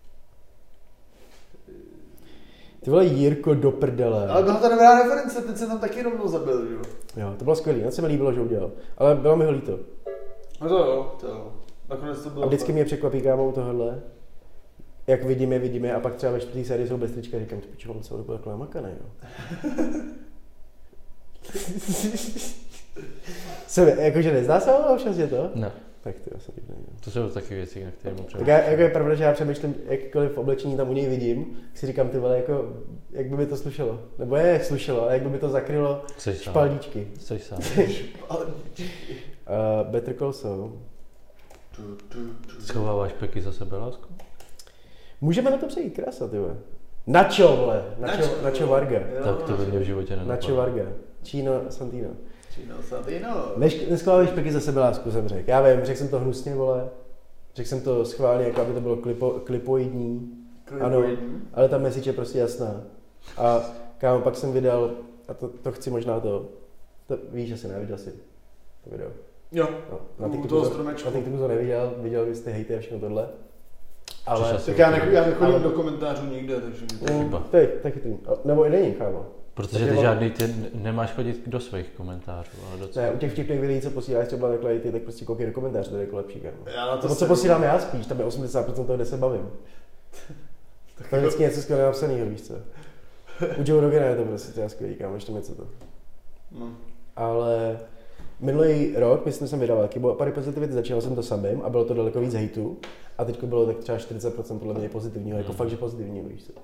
Ty vole Jirko do prdele. Ale byla to dobrá reference, teď se tam taky rovnou zabil, jo. Jo, to bylo skvělý, na se mi líbilo, že udělal. Ale bylo mi ho líto. No to jo, to jo. Nakonec to bylo... A vždycky mě překvapí kámou tohle. Jak vidíme, vidíme a pak třeba ve čtvrtý sérii jsou bez trička a říkám, ty piči, on celou dobu takhle namakanej, jo. Co, jakože nezdá se ho občas, je to? Ne. Tak ty asi divný, jo. To jsou taky věci, na které mu přemýšlím. Tak já, jako je pravda, že já přemýšlím, jakkoliv oblečení tam u něj vidím, si říkám, ty vole, jako, jak by mi to slušelo. Nebo je slušelo, ale jak by mi to zakrylo špaldíčky. Jseš sám. Špaldíčky. uh, Better Call Saul. Schováváš peky za sebe, lásku? Můžeme na to přejít, krása, ty vole. Nacho, vole. Nacho, Nacho Varga. Tak to by mě v životě nenapadlo. Nacho Varga. Chino Santino. Chino Santino. Neschováváš peky za sebe, lásku, jsem řekl. Já vím, řekl jsem to hnusně, vole. Řekl jsem to schválně, jako aby to bylo klipo, klipoidní. Ano, ale ta message je prostě jasná. A kámo, pak jsem vydal, a to, to chci možná to, to víš, že jsi neviděl si to video. Jo, no, na TikToku to, na TikToku to neviděl, viděl jste hejty a všechno tohle. Ale, tak já, nech, já nechodím ale, do komentářů nikde, takže mi to chyba. Teď, taky ty, nebo i není, kámo. Protože ty žádný, ty nemáš chodit do svých komentářů, ale do ne, u těch vtipných videí, co posíláš třeba takhle ty, tak prostě koukej do komentářů, to je jako lepší, kámo. Já na to to, co posílám já spíš, tam je osmdesát procent toho, kde se bavím. To je vždycky něco skvěle napsanýho, víš co. U Joe Rogana je to prostě to je skvělý, kámo, ještě něco to. No. Ale minulý rok, myslím, že jsem vydal velký body positivity, začal jsem to samým a bylo to daleko víc hejtu. A teďko bylo tak třeba čtyřicet procent podle mě pozitivního, jako fakt, že pozitivního, víš co.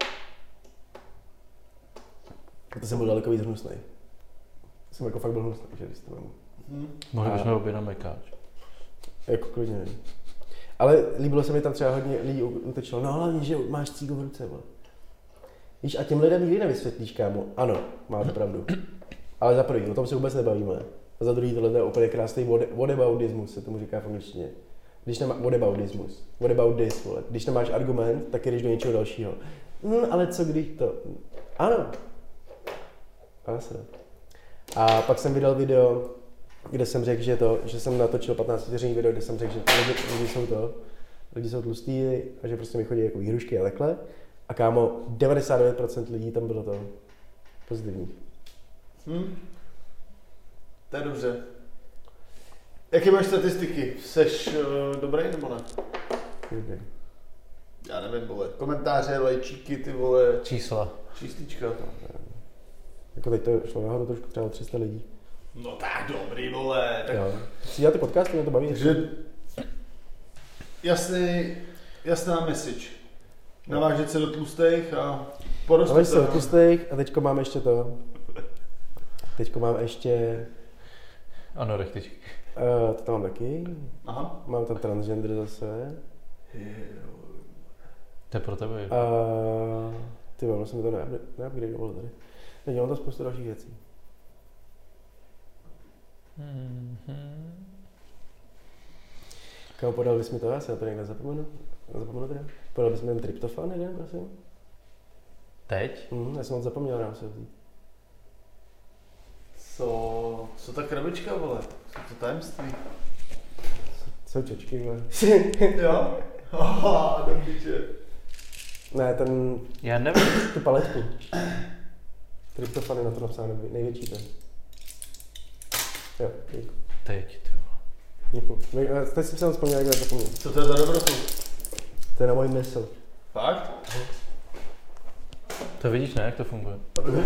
A to jsem byl daleko víc hnusnej. Jsem jako fakt byl hnusnej, že když to mám. Hmm. Mohli bychom obě na mekáč. Jako klidně nevím. Ale líbilo se mi tam třeba hodně lidí utečilo, no hlavně, že máš cígo v ruce, vole. Víš, a těm lidem nikdy nevysvětlíš, kámo. Ano, máte pravdu. Ale za první, o tom se vůbec nebavíme. A za druhý, tohle je úplně krásný whataboutismus, se tomu říká v angličtině. Když nemá, whataboutismus, what about this, vole. Když nemáš argument, tak jdeš do něčeho dalšího. Hm, ale co když to? Ano. Asi. A pak jsem vydal video, kde jsem řekl, že to, že jsem natočil patnáct vteřinný video, kde jsem řekl, že lidi, lidi jsou to, lidi jsou tlustý a že prostě mi chodí jako výhrušky a takhle. A kámo, devadesát devět procent lidí tam bylo to pozitivní. Hmm. To je dobře. Jaké máš statistiky? Seš uh, dobrý nebo ne? Dobrý. Já nevím, vole. Komentáře, lajčíky, ty vole. Čísla. Číslička. Jako teď to šlo nahoru trošku třeba o tři sta lidí. No tak dobrý, vole. Tak... Jo. Si děláte podcasty, mě to baví. Takže jasný, jasná message. Navážet se do tlustých a poroste. Navážet se do tlustých a teďko mám ještě to. Teďko mám ještě... Anorektičky. Uh, to tam mám taky. Aha. Mám tam transgender zase. To je pro tebe. A uh, ty vám jsem to neupgradeoval tady. Teď mám tam spoustu dalších věcí. Mm-hmm. Kámo, podal bys mi to, já si na to někde zapomenu. Zapomenu teda. Podal bys mi ten tryptofan jeden, prosím. Teď? Mhm, já jsem moc zapomněl rám se vzít. Co, co ta krabička, vole? Co to tajemství? Jsou čočky, vole. Jo? Aha, dobře. Ne, ten... Já nevím. Tu paletku. Tryptofan je na to napsáno největší ten. Jo, děkuji. Teď, ty vole. Děkuji. Teď jsem se vzpomněl, jak zapomněl. Co to je za dobrotu? To je na můj mysl. Fakt? To vidíš, ne, jak to funguje?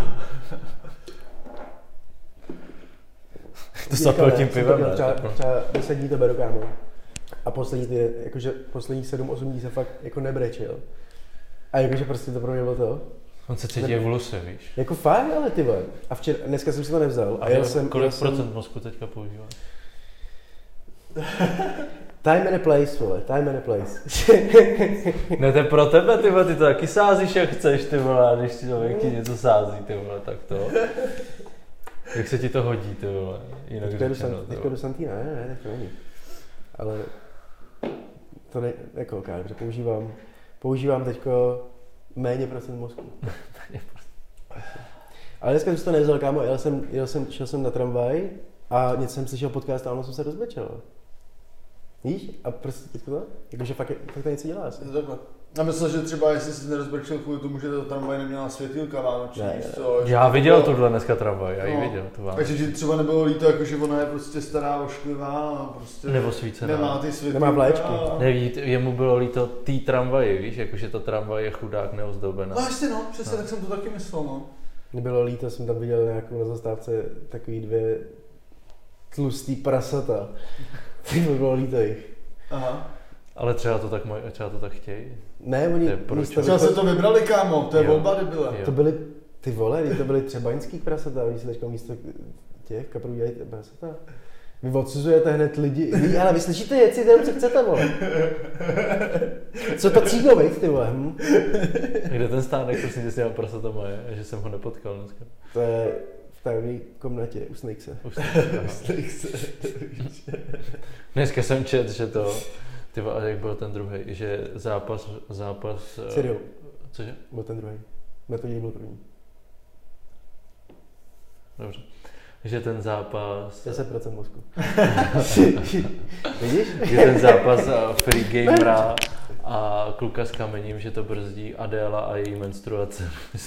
To zapil tím pivem, ne? Třeba, třeba deset dní to beru, kámo. A poslední, ty, jakože poslední sedm osm dní se fakt jako nebrečil. A jakože prostě to pro mě bylo to. On se cítí jak v luse, víš? Jako fakt, ale ty vole. A včera, dneska jsem si to nevzal. A, a jel jsem, kolik jel procent jsem... mozku teďka používáš? Time and a place, vole. Time and a place. Ne, to je pro tebe, ty vole, ty to taky sázíš, jak chceš, ty vole, a když ti člověk ti něco sází, ty vole, tak to. Jak se ti to hodí, ty vole, jinak teďko řečeno. Teďko do Santína, ne, ne, tak to není. Ale to ne, jako ok, protože používám, používám teďko méně procent mozku. Ale dneska jsem to nevzal, kámo, jel jsem, jel jsem, šel jsem na tramvaj a něco jsem slyšel podcast a ono jsem se rozbrečel. Víš? A prostě teďko to? Jakože fakt, fakt to něco dělá asi. Takhle. A myslel, že třeba jestli jsi nerozbrčil kvůli tomu, že ta tramvaj neměla světýlka vánoční. Ne, co, já to viděl bylo... tohle dneska tramvaj, já ji no. viděl. To Takže ti třeba nebylo líto, jako, že ona je prostě stará, ošklivá a prostě nebo svícená. Nemá ty světýlka. Nemá vlaječky. A... Neví, jemu bylo líto tý tramvaji, víš, jakože ta tramvaj je chudák neozdobená. No ještě no, přesně, no. Tak jsem to taky myslel, no. Mně bylo líto, jsem tam viděl nějakou na zastávce takový dvě tlustý prasata. Ty mi bylo líto jich. Aha. Ale třeba to tak, moj, třeba to tak chtějí. Ne, oni... Třeba se to vybrali, kámo, to je volba debile. To byly, ty vole, to byly třebaňský prasata, oni si teďka místo těch kaprů dělají prasata. Vy odsuzujete hned lidi, vy, ale vy slyšíte jeci, jenom co chcete, vole. Co to cíklo, vejď, ty vole, hm? Kde ten stánek, prosím tě, s těma prasatama je, že jsem ho nepotkal dneska. To je v tajemné komnatě, u Snakese. U Snakese. Dneska jsem čet, že to, ty a jak byl ten druhý, že zápas, zápas... Cyril. Cože? Byl ten druhý. Metoděj byl první. Dobře. Že ten zápas... deset procent mozku. Vidíš? Že ten zápas free gamera a kluka s kamením, že to brzdí Adéla a její menstruace.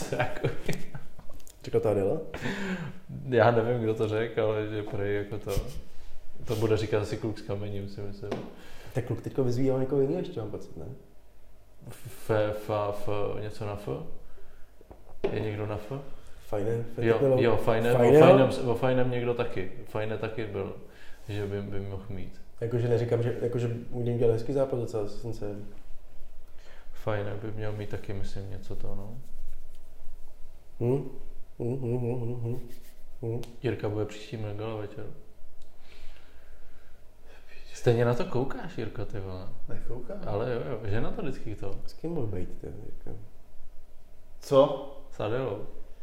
Řekl to Adéla? Já nevím, kdo to řekl, ale že prej jako to... To bude říkat asi kluk s kamením, si myslím. Tak kluk teďko vyzvíjel někoho jiného ještě, mám pocit, ne? F, F, F, něco na F? Je někdo na F? Fajné. Jo, jo, fajné, fajnem, o fajnem někdo taky. Fajné taky byl, že by, by mohl mít. Jakože neříkám, že, jakože můj dělal hezký zápas docela, jsem se... Fajné by měl mít taky, myslím, něco to, no. Hmm? Hmm, hmm, hmm, hmm, hmm. Hmm. Jirka bude příští gala večer. Stejně na to koukáš, Jirko, ty vole. Nekoukám. Ale jo, jo, že na to vždycky to. S kým mohl být, ty Jirka? Co? S Adélou.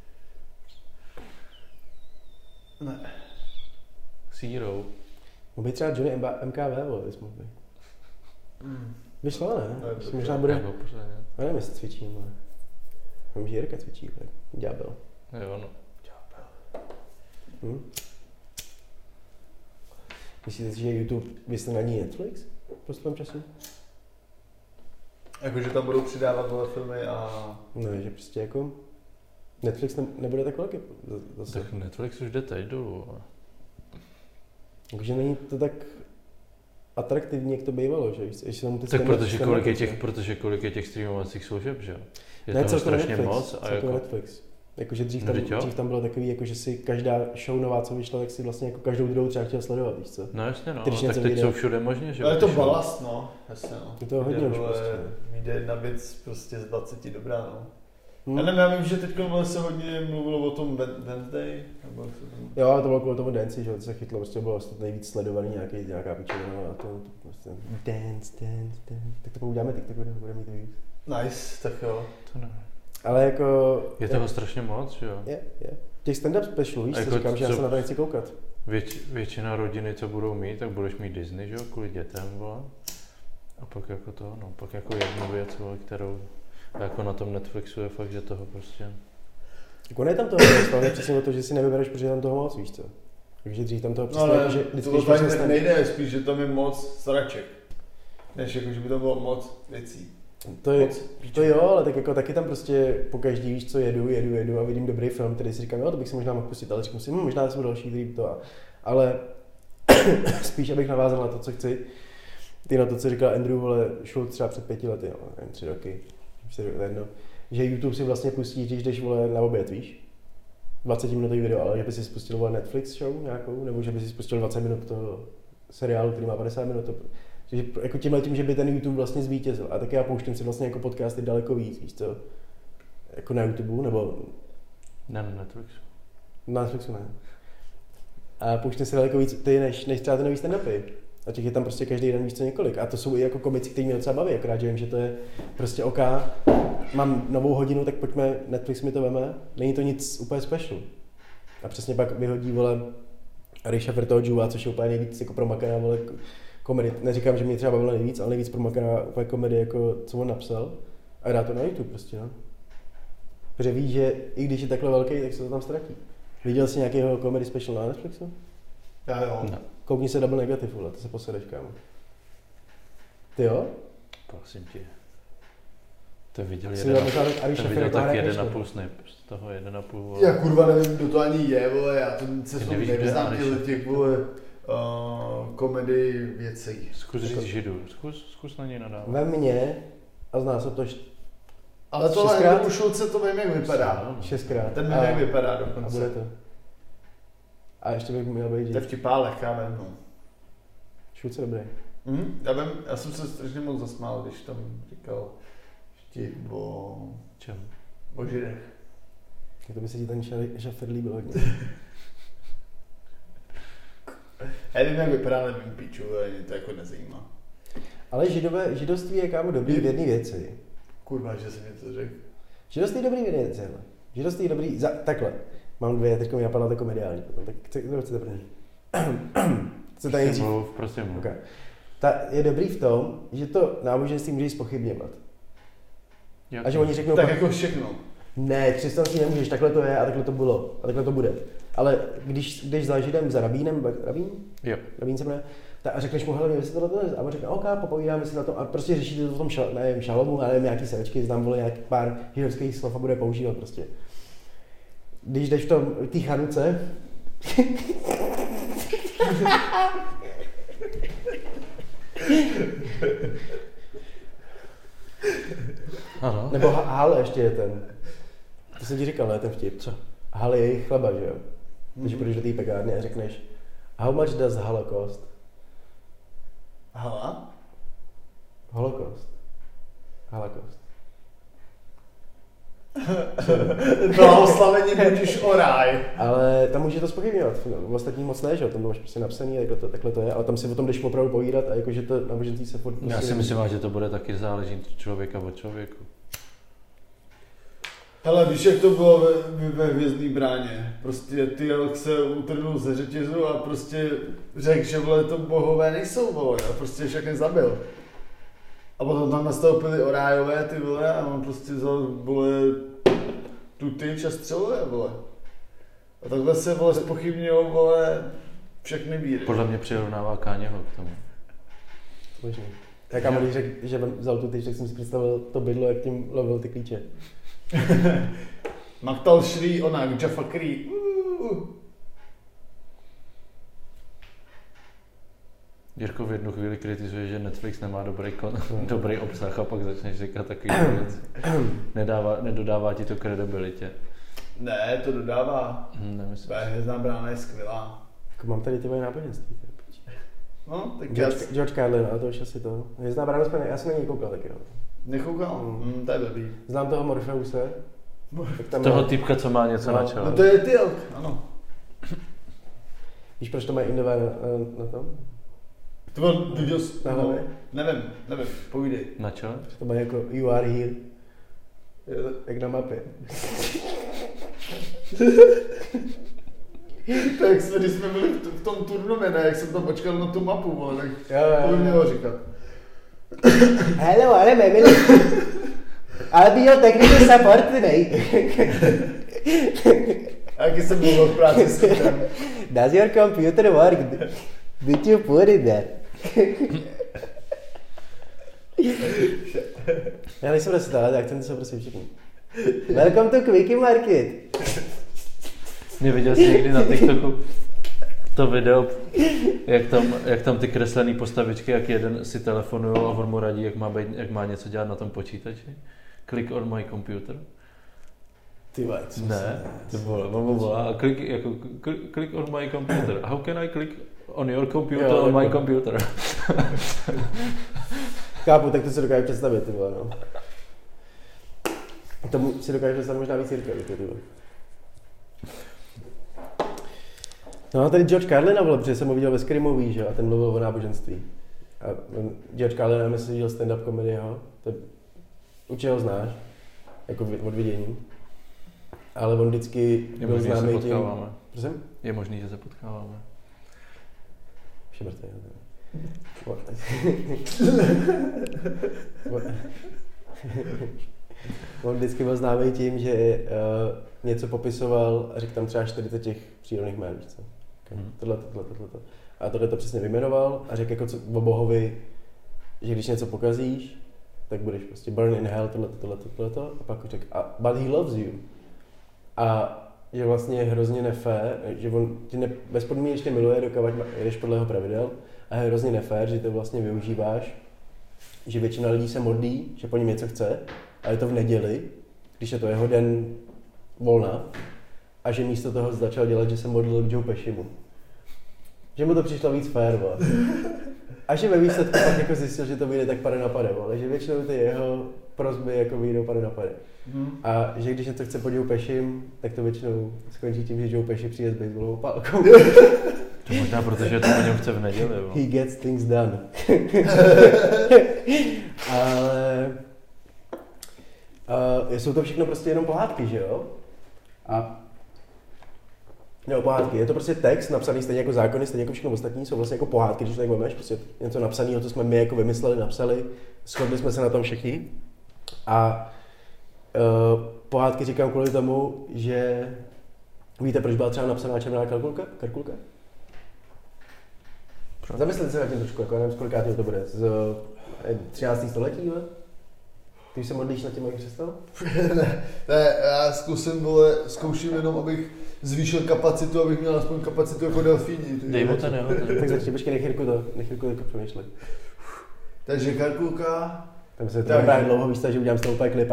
Ne. S Jírou. Mohl být třeba Johnny M K V, vole, bys mohl být. Mm. Vyšlo, ne? Ne, ne možná bude... Jako pořádně. Já nevím, jestli cvičí, ale... Vím, že Jirka cvičí, tak ďábel. Jo, no. Ďábel. Hm? Myslíte si, že YouTube vyslí na ní Netflix po svém času? Jakože tam budou přidávat nové filmy a... Ne, že prostě jako... Netflix ne, nebude tak velký zase. Tak Netflix už jde teď dolů. Takže není to tak atraktivní, jak to bývalo, že? Ještě tam ty tak protože ten kolik, je Netflix, těch, protože kolik je těch streamovacích služeb, že jo? Je ne, toho strašně Netflix, moc. A jako... Netflix. Jakože dřív, No, tam, dřív tam bylo takový, jako že si každá show nová, co vyšla, tak si vlastně jako každou druhou třeba chtěl sledovat, víš co? No jasně, no, Když tak teď vyjde. jsou všude možně, že jo? Ale je to balast, no. Jasně, no. Je to hodně už prostě. Jde jedna věc prostě z dvaceti dobrá, no. Hmm. Já nevím, já vím, že teď se hodně mluvilo o tom Wednesday, nebo jak se tam... Jo, to bylo kvůli tomu Danci, že to se chytlo, prostě bylo nejvíc sledovaný nějaký, nějaká pičovina a to, to prostě dance, dance, dance, tak to uděláme, tak to bude, bude mít víc. Nice, tak jo. To nevím. Ale jako... Je toho strašně moc, že jo? Je, je. Těch stand-up specialů, víš, jako co říkám, co, že já se na to nechci koukat. Věč, většina rodiny, co budou mít, tak budeš mít Disney, že jo, kvůli dětem, vole. A pak jako to, no, pak jako jednu věc, vole, kterou jako na tom Netflixu je fakt, že toho prostě... Jako ne tam toho moc, ale přesně o to, že si nevybereš, protože je tam toho moc, víš co. Takže dřív tam toho přesně no, jako, že vždycky, to tak stand... nejde, spíš, že tam je moc sraček. Než jako, že by tam bylo moc věcí. To, je, to jo, ale tak jako taky tam prostě po každý víš co, jedu, jedu, jedu a vidím dobrý film, který si říkám, jo, to bych si možná mohl pustit, ale říkám si, hm, možná jsou další, který to a... Ale spíš, abych navázal na to, co chci, ty na to, co říkal Andrew, vole, Schultz třeba před pěti lety, no, nevím, tři roky, čtyři roky, jedno, že YouTube si vlastně pustí, když jdeš, vole, na oběd, víš? dvacetiminutový video, ale že by si spustil, vole, Netflix show nějakou, nebo že by si spustil dvacet minut toho seriálu, který má padesát minut, to, že jako tímhle tím, že by ten YouTube vlastně zvítězil. A tak já pouštím si vlastně jako podcasty daleko víc, víš co? Jako na YouTube, nebo... Ne, na Netflixu. Na Netflixu ne. A pouštím si daleko víc ty, než, než třeba ty nový stand-upy. A těch je tam prostě každý den víc co několik. A to jsou i jako komici, kteří mě docela baví, akorát, že vím, že to je prostě OK. Mám novou hodinu, tak pojďme, Netflix mi to veme. Není to nic úplně special. A přesně pak vyhodí, vole, Ari Šafer toho Juva, což je úplně nejvíc jako promakaná, vole, komedy. Neříkám, že mě třeba bavilo nejvíc, ale nejvíc promakaná úplně komedy, jako co on napsal. A dá to na YouTube prostě, no. Protože ví, že i když je takhle velký, tak se to tam ztratí. Viděl jsi nějakého comedy special na Netflixu? Já jo. No. Koukni se Double Negative, vole, to se posedeš, kámo. Ty jo? Prosím tě. To viděl Jsi jeden, viděl a, to viděl tak jeden a půl snip, z toho jeden a půl. Já kurva nevím, kdo to ani je, vole, já to se nevíš, nevyznám těchto těch, vole, uh, komedy věcí. Zkus říct Židu, zkus, zkus na něj nadávat. Ve mně, a zná se to št... Ale tohle u Šulce to vím, jak vypadá. Šestkrát. Ten vím, jak vypadá dokonce. A bude to. A ještě bych měl být To je vtipálek, já vím, no. Šulce dobrý. Mm, já, vím, já jsem se strašně moc zasmál, když tam říkal vtip o... Čem? O Židech. To by se ti ten Šafer líbil hodně. Já nevím, jak vypadá, nevím, píču, ale mě to jako nezajímá. Ale židové, židovství je, kámo, dobrý v jedné věci. Kurva, že jsem něco řekl. Židovství je dobrý v jedné věci, ale. Židovství je dobrý, za, takhle. Mám dvě, teďka mi napadla to mediální potom, tak kdo chcete první? Chcete nejdřív? Mluv, prosím mluv. Okay. Ta je dobrý v tom, že to náboženství můžeš zpochybňovat. Jak? A že oni řeknou... Tak pak, jako všechno. Ne, křesťanství nemůžeš, takhle to je a takhle to bylo. A takhle to bude. Ale když jdeš za židem, za rabínem, rabín? Jo. Rabín se jmenuje, ta, a řekneš mu, hele, mě tohle to a on řekne, OK, popovídáme si na tom a prostě řešíte to v tom šal, nevím, šalomu, nevím, nějaký sračky, znám, vole, nějaký pár židovských slov a bude používat prostě. Když jdeš v tom, v té chanuce, Ano. nebo ha- Hal ještě je ten, to jsem ti říkal, ne, ten vtip. Co? Hal je jejich chleba, že jo? Mm-hmm. Takže půjdeš do té pekárny a řekneš, how much does Holocaust? Hala? Holocaust. Holocaust. Blahoslavení budíš o ráj. Ale tam může to zpochybňovat, v ostatních moc ne, že jo, tam to máš prostě napsaný, takhle to, takhle to je, ale tam si o tom jdeš opravdu povídat a jakože to náboženství se furt... Já si myslím, že to bude taky záleží člověka od člověku. Hele, víš, jak to bylo ve, ve Hvězdný bráně? Prostě ty se utrhnul ze řetězu a prostě řekl, že vole to bohové nejsou, vole, a prostě všechny zabil. A potom tam nastoupili orájové, ty vole, a on prostě vzal, vole, tu tyč a střeluje, vole. A takhle se, vole, zpochybňují, vole, všechny víry. Podle mě přirovnává Káněho k tomu. Možný. Tak a když řekl, že vzal tu tyč, tak jsem si představil to bydlo, jak tím lovil ty klíče. Maktal Shri onak, Jaffa Kree. Jirko v jednu chvíli kritizuje, že Netflix nemá dobrý, kon, dobrý obsah a pak začneš říkat takové věci. Nedává, nedodává ti to kredibilitě. Ne, to dodává. Hmm, nemyslím. Hvězdná brána je skvělá. Jako mám tady ty moje náboženství. No, tak George, já... George Carlin, ale to už asi to. Hvězdná brána, já jsem na něj koukal taky, no. Nekoukal? Mm. Mm, to je blbý. Znám toho Morpheuse. Tam toho typka, co má něco no, na čele. No to je Tilk, ano. Víš, proč to mají Indové na, na, na tom? To byl, viděl jsi, Na no, hlavě? nevím, nevím, povídej. Na čele? To mají jako you are here. Jak na mapě. Tak jak jsme, když jsme byli v, t- v tom turnově, ne, jak jsem tam počkal na tu mapu, vole, tak Jo, jo, to by jo. mělo říkat. Hello, I'm Emily. I'll be your technical support today. A jaký jsem mluvil v práci s tím. Does your computer work? Did you put it there? Já nejsem rasitel, tak ten se prostě všichni. Welcome to Quickie Market. Neviděl jsi někdy na TikToku to video, jak tam, jak tam ty kreslené postavičky, jak jeden si telefonují a on mu radí, jak má, být, jak má něco dělat na tom počítači? Click on my computer. Ty vole, co Ne, to bylo, on mu volá, click, jako, click, click on my computer. How can I click on your computer Jo, on my jako. computer? Chápu, tak to si dokážu představit, ty vole, no. Tomu si dokážu představit možná víc Jirka, ty vole. No a tady George Carlin, vole, protože jsem ho viděl ve Scary Movie, že? A ten mluvil o náboženství. A George Carlin, nevím, jestli viděl stand-up komedy, jo? To určitě ho znáš, jako od vidění. Ale on vždycky je byl možný, známý že se potkáváme. Prosím? Je možný, že se potkáváme. Vše mrtvý. On vždycky byl známý tím, že uh, něco popisoval a řekl tam třeba čtyřicet těch přírodných jmén. Hmm. Tohle, tohle, tohle, tohle. A tohle to přesně vyjmenoval a řekl jako co, o bohovi, že když něco pokazíš, tak budeš prostě burn in hell, tohle, tohle, tohle, tohle. A pak řekl, but he loves you. A že vlastně je hrozně nefér, že on tě ne, bezpodmínečně miluje, dokud jdeš podle jeho pravidel, a je hrozně nefér, že to vlastně využíváš, že většina lidí se modlí, že po něm něco chce, a je to v neděli, když je to jeho den volna, a že místo toho začal dělat, že se modlil k Joe Pescimu. Že mu to přišlo víc fér, a že ve výsledku pak jako zjistil, že to vyjde tak pade na pade, ale že většinou ty jeho prosby jako vyjdou pade na pade. Hmm. A že když něco chce po Joe Pescim, tak to většinou skončí tím, že Joe Pesci přijde s baseballovou pálkou. To možná, protože to po něm chce v neděli. He gets things done. Ale uh, jsou to všechno prostě jenom pohádky, že jo? A no, pohádky. Je to prostě text napsaný stejně jako zákony, stejně jako všechno ostatní, jsou vlastně jako pohádky, když to tak vemeš, prostě něco napsaného, co jsme my jako vymysleli, napsali, shodli jsme se na tom všichni. A uh, pohádky říkám kvůli tomu, že víte, proč byla třeba napsaná červená kalkulka? Karkulka? Zamyslete se na tím trošku, jako nevím, z kolikátého to bude, z třináctého století, ne? Ty už se modlíš nad tím, jak přestal? ne, ne, já zkusím, vole, zkouším jenom, abych zvýšil kapacitu, abych měl aspoň kapacitu jako delfíni. Dej mu ten, jo. Tak začni, počkej, nech Jirku to, nech Jirku to přemýšlet. Takže karkulka... Tam se to bude právě dlouho, víš, že udělám s tou úplně klip.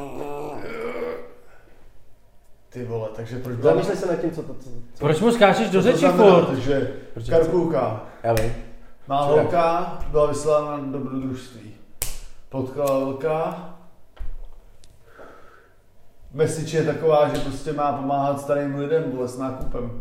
Ty vole, takže proč... Zamýšlej se nad tím, co to... Co, co... Proč mu skáčeš do řeči furt? Takže karkulka. Já vím. Má holka, byla vyslána na dobrodružství. Potkala velká. Message je taková, že prostě má pomáhat starým lidem, vole, s nákupem.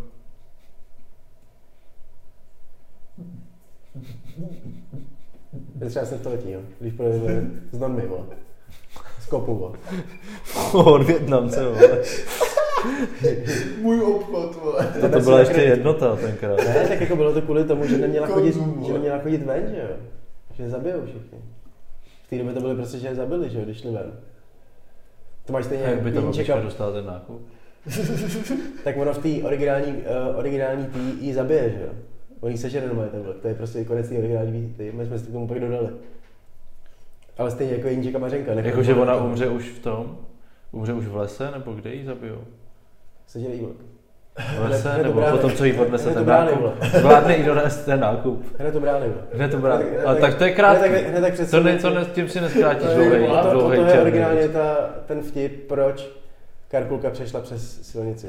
Je třeba jsem století, jo, když půjde z Nanmy, vole. Z kopu, vole. Od Vietnamce, vole. Můj obchod, vole. To, to byla ještě jednota tenkrát. Ne, tak jako bylo to kvůli tomu, že neměla chodit, že neměla chodit ven, že jo. Že je zabijou všichni. V té době to byly prostě, že je zabili, že jo, když šli ven. To máš stejně jak by to Babička dostala ten nákup? Tak ono v té originální, uh, originální tý jí zabije, že jo. On jí sežere doma, to je prostě konec té originální tý, my jsme si k tomu pak dodali. Ale stejně jako Jindřicha Mařenka. Jakože ona umře už v tom? Umře už v lese, nebo kde jí zabijou? Sežere jí vlk. V lese, nebo potom, co jí odnese ten nákup? Zvládne jí donést ten nákup. Hned to brány. Hned to brány. Ale tak to je krátký. To ne, to ne, tím si neskrátíš dlouhej černý. To je originálně ta, ten vtip, proč Karkulka přešla přes silnici.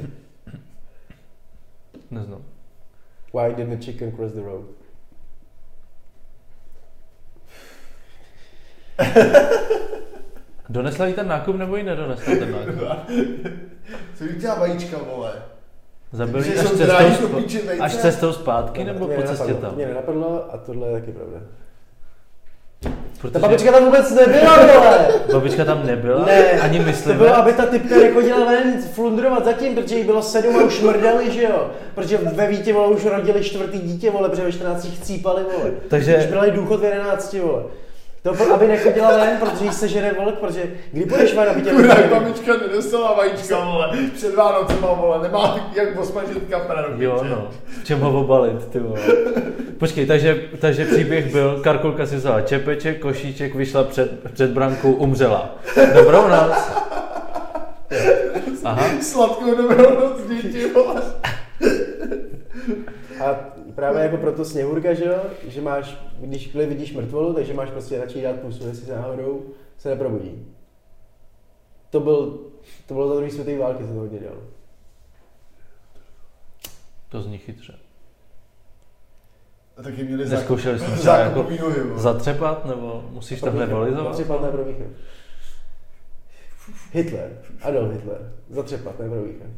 Neznám. Why didn't the chicken cross the road? Donesla jí ten nákup, nebo jí nedonesla ten nákup? Co jí dělá vajíčka, vole? Zabil jí až, cestou, až cestou zpátky, no, nebo po cestě tam? To mě nenapadlo a tohle je taky pravda. Protože... Ta babička tam vůbec nebyla, vole! Babička tam nebyla? Ne, ani myslím. To bylo, aby ta typka nechodila ven flundrovat zatím, protože jí bylo sedm a už mrdali, že jo? Protože ve Vítě, vole, už rodili čtvrtý dítě, vole, protože ve čtrnácti chcípali, vole. Takže... Už brali důchod v jedenácti, vole. To, aby nechodila ven, protože jí sežere vlk, protože kdy půjdeš ven, aby tě... Kurá, babička nedostala vajíčka, vole, před Vánocema, vole, nemá jak posmažit kapra do Jo, no, čem ho obalit, ty vole. Počkej, takže, takže příběh byl, Karkulka si vzala čepeček, košíček, vyšla před, před brankou, umřela. Dobrou noc. Aha. Sladkou dobrou noc, děti, vole. A právě jako proto Sněhurka, že jo, že máš, když vidíš mrtvolu, takže máš prostě radši dát pusu, jestli se náhodou se neprobudí. To, byl, to bylo za druhé světové války, se to hodně dělalo. To zní chytře. A taky měli Neskoušeli jsme třeba jako zatřepat, nebo musíš tam nevolizovat? Zatřepat ne pro výchyb. Hitler, Adolf Hitler, zatřepat ne pro výchyb.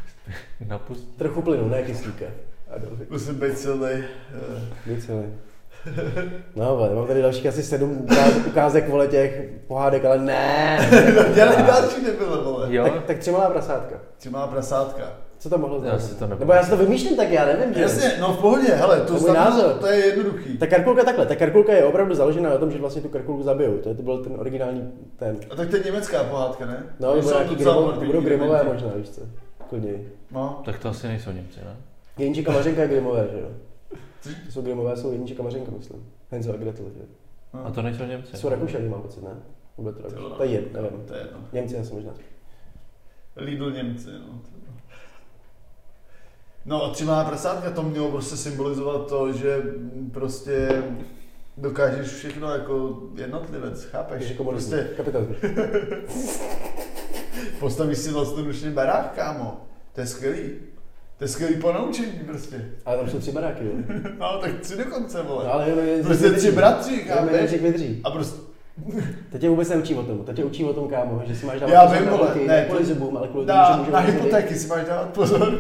Napust. Trochu plynu, ne kyslíka. Musím být silnej. Být silnej. No, vole, mám tady dalších asi sedm ukázek, ukázek vole, těch pohádek, ale ne. Dělej další nebylo, vole. Jo? Tak, tak tři malá prasátka. Tři malá prasátka. Co to mohlo Já znamenat? to Nebo já si to vymýšlím, tak já nevím. Že? Jasně, no v pohodě, hele, to, znamená, to je jednoduchý. Ta karkulka takhle, ta karkulka je opravdu založená na tom, že vlastně tu karkulku zabijou. To, je, to byl ten originální ten. A tak to je německá pohádka, ne? No, nebo nějaký grimo, to budou Grimové možná, víš co? Klidně. No. Tak to asi nejsou Němci, ne? Jeníček a Mařenka je Grimové, že jo? To jsou Grimové, jsou Jeníček a Mařenka, myslím. Hansel a Gretel, že jo? Hmm. A to nejsou Němci. Jsou Rakušani, mám pocit, ne? Vůbec to Rakušani. To je jedno, nevím. To je jedno. Němci asi možná. Lidl Němci, no. No a tři malá prasátka, to mělo prostě symbolizovat to, že prostě dokážeš všechno jako jednotlivec, chápeš? Prostě kapitalismus. Postavíš si vlastnoručný barák, kámo. To je skvělý. To je skvělý ponaučení prostě. Ale tam jsou tři baráky, jo. No tak tři dokonce, vole. No, ale jenom prostě tři bratři, chápeš? A prostě... Teď tě vůbec neučí o tom, teď tě učí o tom, kámo, že si máš dávat Já pozor vím, na vole, ruky, ne, kvůli zubům, ale kvůli tomu, na, že můžou na hypotéky si máš dávat pozor.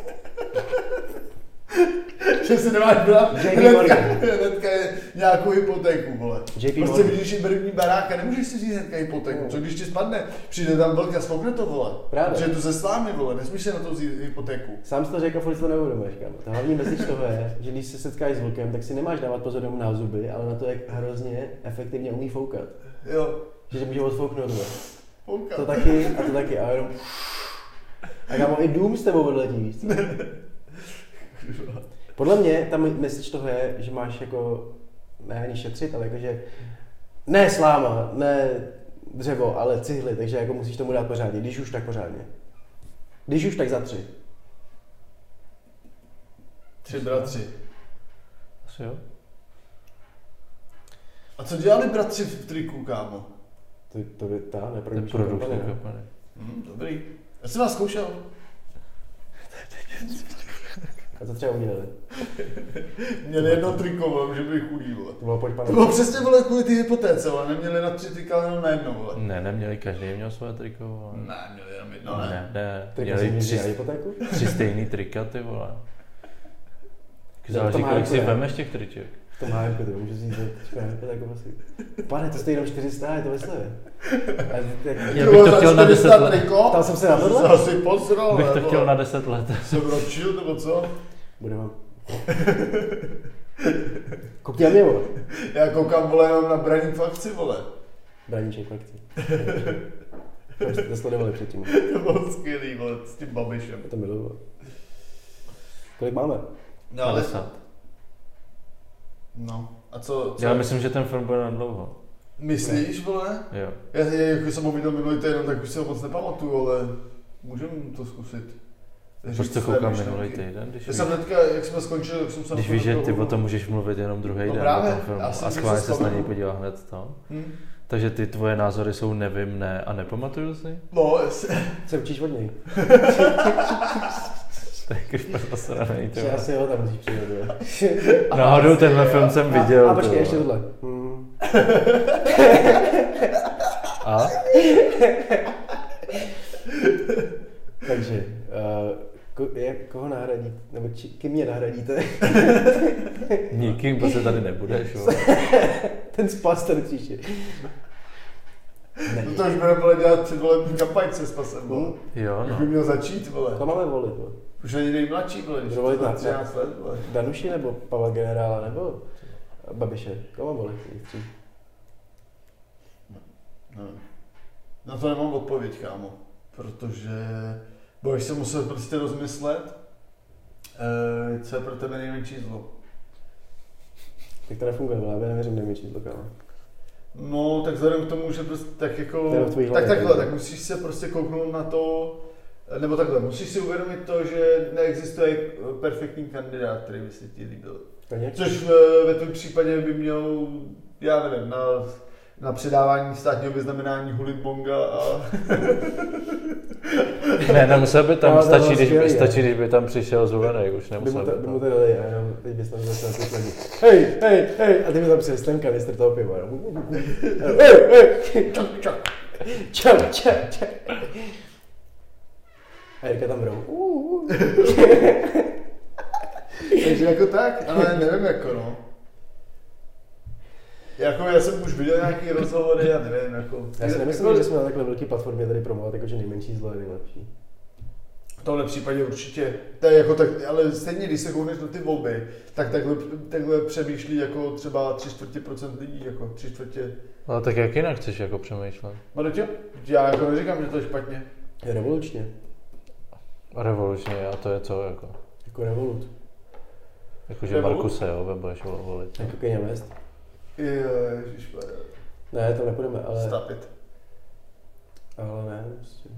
Že si nemáš brát hnedka, hnedka je nějakou hypotéku, vole. Prostě když je první barák a nemůžeš si říct hnedka hypotéku, co když ti spadne, přijde tam velká smokne to, vole. Právě. Že je to ze slámy, vole, nesmíš se na to vzít hypotéku. Sám jsi to řekl, furt to neuvědomuješ, kámo. Ta hlavní message toho je, že když se setkáš s vlkem, tak si nemáš dávat pozor jenom na zuby, ale na to, jak hrozně efektivně umí foukat. Jo. Že může odfouknout, vole. Foukat. To taky a to taky, a jenom... A kámo, i dům s tebou odletí, víš co? Podle mě ta message toho je, že máš jako, ne ani šetřit, ale jakože, ne sláma, ne dřevo, ale cihly, takže jako musíš tomu dát pořádně, když už tak pořádně. Když už tak za tři. Tři bratři. Asi jo. A co dělali bratři v triku, kámo? To, to je ta neprodukční kompanie. Hmm, dobrý. Já jsem vás zkoušel. A to třeba udělali. Měli jedno triko, vole, že byli chudí, vole. To bylo, pojď, pane. To bylo přesně, vole, kvůli ty hypotéce, vole. Neměli na tři trika, ale jenom na jedno, vole. Ne, neměli, každý měl svoje triko, vole. Ne, měli jenom jedno, ne. Ne, ne, Trika měli tři, hypotéku? tři stejný trika, ty vole. Záleží, kolik si vemeš těch triček. V tom hájemku, to můžu říct, že třeba hypotéku asi. Pane, to stojí jenom čtyři sta, je to ve slevě. Já bych to chtěl na deset let. Ptal jsem se na tohle? To asi posral, bych to chtěl na deset let. Jsem ročil, nebo co? Bude vám. Koukni na mě, vole. Já koukám, vole, jenom na Braník v akci, vole. Braníček v akci. To sledovali předtím. To bylo skvělý, vole, s tím Babišem. To miluji, vole. Kolik máme? No, ale... padesát. No, a co, co? Já myslím, že ten film bude na dlouho. Myslíš, vole? Jo. Já, já jako jsem ho viděl minulý týden, tak už si ho moc nepamatuju, ale můžeme to zkusit. Proč to koukám minulý týden? Když já jsem hnedka, jak jsme skončili, tak jsem se... Když víš, že ty o tom můžeš mluvit jenom druhý no den právě, o tom filmu a schválně se na něj podíval hned to. Hmm. Takže ty tvoje názory jsou nevím, ne a nepamatuju si? No, jestli... Se učíš od něj. Tak už posranej, ty vole. Asi ho tam musíš přijít, náhodou tenhle film jsem viděl. A, a počkej, ještě tohle. Hmm. A? Takže, uh, ko, jak, koho nahradí, nebo či, kým mě nahradíte? Nikým, protože tady nebudeš. Ten spas ten příště. Ne. No to už budeme vole dělat předvolební kampaň se Spasem, vole. Hmm. Jo, no. Už by měl začít, vole. To máme volit, vole. Už není nejmladší, vole, když to na třináct let, vole. Danuši nebo Pavla Generála, nebo Babiše? Koho mám volit? No. Na to nemám odpověď, kámo. Protože budeš se muset prostě rozmyslet, e, co je pro tebe nejmenší zlo. Tak to nefunguje, ale já nevěřím nejmenší zlo, kámo. No, tak vzhledem k tomu, že prostě tak jako, tak hlavě, takhle, tak musíš se prostě kouknout na to, nebo takhle, musíš si uvědomit to, že neexistuje perfektní kandidát, který by se ti líbil. Což ve tvém případě by měl, já nevím, na, na předávání státního vyznamenání hulit bonga a... Ne, nemusel by tam, no, stačí, když, skvělý, stačí, když by tam přišel Zulenej, už nemusel by, by mu to dali a jenom teď bys tam začal ty lidi. Hej, hej, hej, a ty mi tam přijel ten kanistr toho piva. Hej, hej, čak, čak, čak, čak, čak. A Jirka tam brou. Takže jako tak, ale nevím jako no. Jako já jsem už viděl nějaký rozhovory, já nevím, jako... Já si nemyslím, jako, že jsme na takhle velké platformě tady promovat, jakože nejmenší zlo je nejlepší. V tomhle případě určitě, to je jako tak, ale stejně, když se koukneš na ty volby, tak takhle, takhle přemýšlí jako třeba tři čtvrtě procent lidí, jako tři čtvrtě. No tak jak jinak chceš jako přemýšlet? Maruťo, já jako neříkám, že to je špatně. Je revolučně. Revolučně, a to je co jako? Jako revolut. Jakože Revolut? Markuse, jo, budeš volit. Jako Kanye West. Ježišmarja. Ne, to nepůjdeme, ale... Stop it. Ale ne, prostě...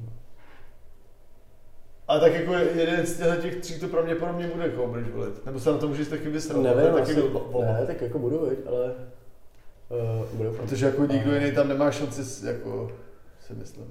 Ale tak jako jeden z těch tří to pro mě pro mě bude, jako budeš volit. Nebo se na to můžeš taky vysrat. Nevím, taky asi, ne, tak jako budu, viď, ale... Uh, budu Protože jako nikdo jiný tam nemá šanci, jako si myslím.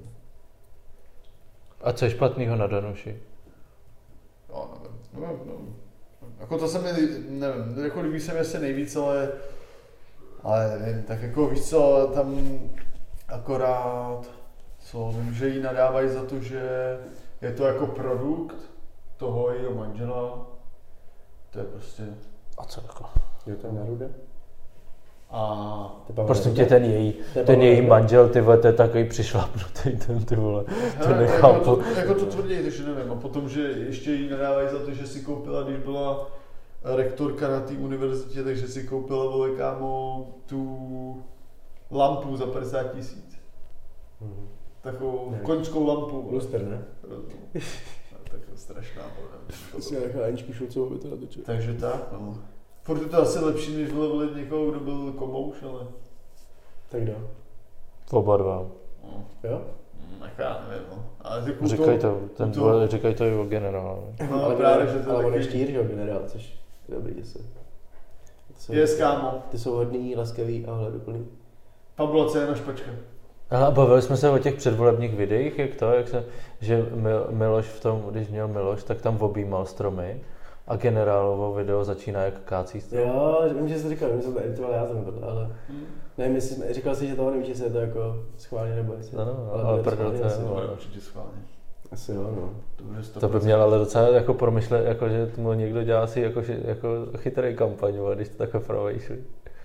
A co je špatnýho na Danuši? Jo, nevím. No, no. Jako to se mi, nevím, jako líbí se mi asi nejvíc, ale... Ale nevím, tak jako víš co, tam akorát, co vím, že jí nadávají za to, že je to jako produkt toho jejího manžela. To je prostě... A co jako? Jo, to je Neruda. A... Prostě tě ten její, ten její manžel, ty vole, to je takový přišlapnutý ten, ty vole, to Hele, nechápu. Jako to, jako to tvrdí, takže nevím. A potom, že ještě jí nadávají za to, že si koupila, když byla rektorka na té univerzitě, takže si koupila, vole, kámo, tu lampu za padesát tisíc. Mhm. Takovou Ne. koňskou lampu. Luster, ne? No, tak to strašná, To si nechal Aničku Šulcovou, by to natočil. Takže tak, no. Furt je to asi lepší, než vole volit někoho, kdo byl komouš, ale... Tak kdo? Oba dva. No, Jo? tak já nevím, no. Ale ty Říkaj to, ten to- vole, říkaj to i o generálu. No, ale právě, právě, že to ale on je taky- štír, že jo, generál, což je dobrý, že se. Ty Je jsou, kámo. ty jsou hodný, laskavý a hleduplný. Pablo C. na špačka. Ale a bavili jsme se o těch předvolebních videích, jak to, jak se, že Mil, Miloš v tom, když měl Miloš, tak tam objímal stromy a generálovo video začíná jak kácí strom. Jo, vím, že jsi to říkal, vím, že jsem to editoval já jsem tohle, ale Hmm. nevím, jestli jsme, říkal jsi, že toho nevíš, jestli je to jako schválně nebo jestli. No, no, ale bude prdel, schválně, to je, asi, no. Bude určitě schválně. asi jo, no. To, bude sto To by procent. měl ale docela jako promyšlet, jako, že mu někdo dělá si jako, ši- jako chytrý kampaň, a když to takhle provejšli.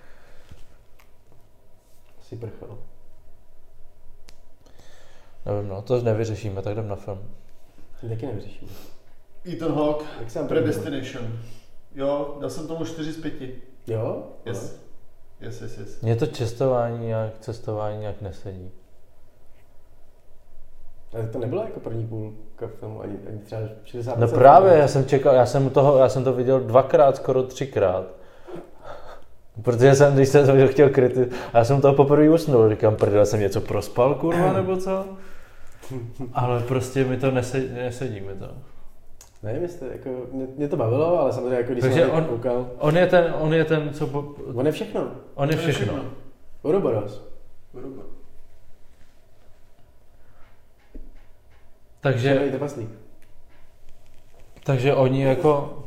Asi prchal. Nevím, no, to nevyřešíme, tak jdem na film. Ty taky nevyřešíme. Ethan Hawke, Jak jsem Predestination. Jo, dal jsem tomu čtyři z pěti. Jo? Yes. Yes, yes, yes. Mně to cestování nějak, cestování nějak nesedí. Ale to nebylo jako první půlka filmu, ani, ani třeba šedesát No právě, já jsem čekal, já jsem, toho, já jsem to viděl dvakrát, skoro třikrát. Protože jsem, když jsem to chtěl krytit, a já jsem toho poprvé usnul, říkám, prdele, jsem něco prospal, kurva, nebo co? Ale prostě mi to nesedí, nesedí mi to. Nevím, jestli, jako, mě, mě to bavilo, ale samozřejmě, jako, když Takže jsem na on- to koukal. On je ten, on je ten, co... Po, On je všechno. on je všechno. Ouroboros. Takže, Červený trpaslík. takže oni jako...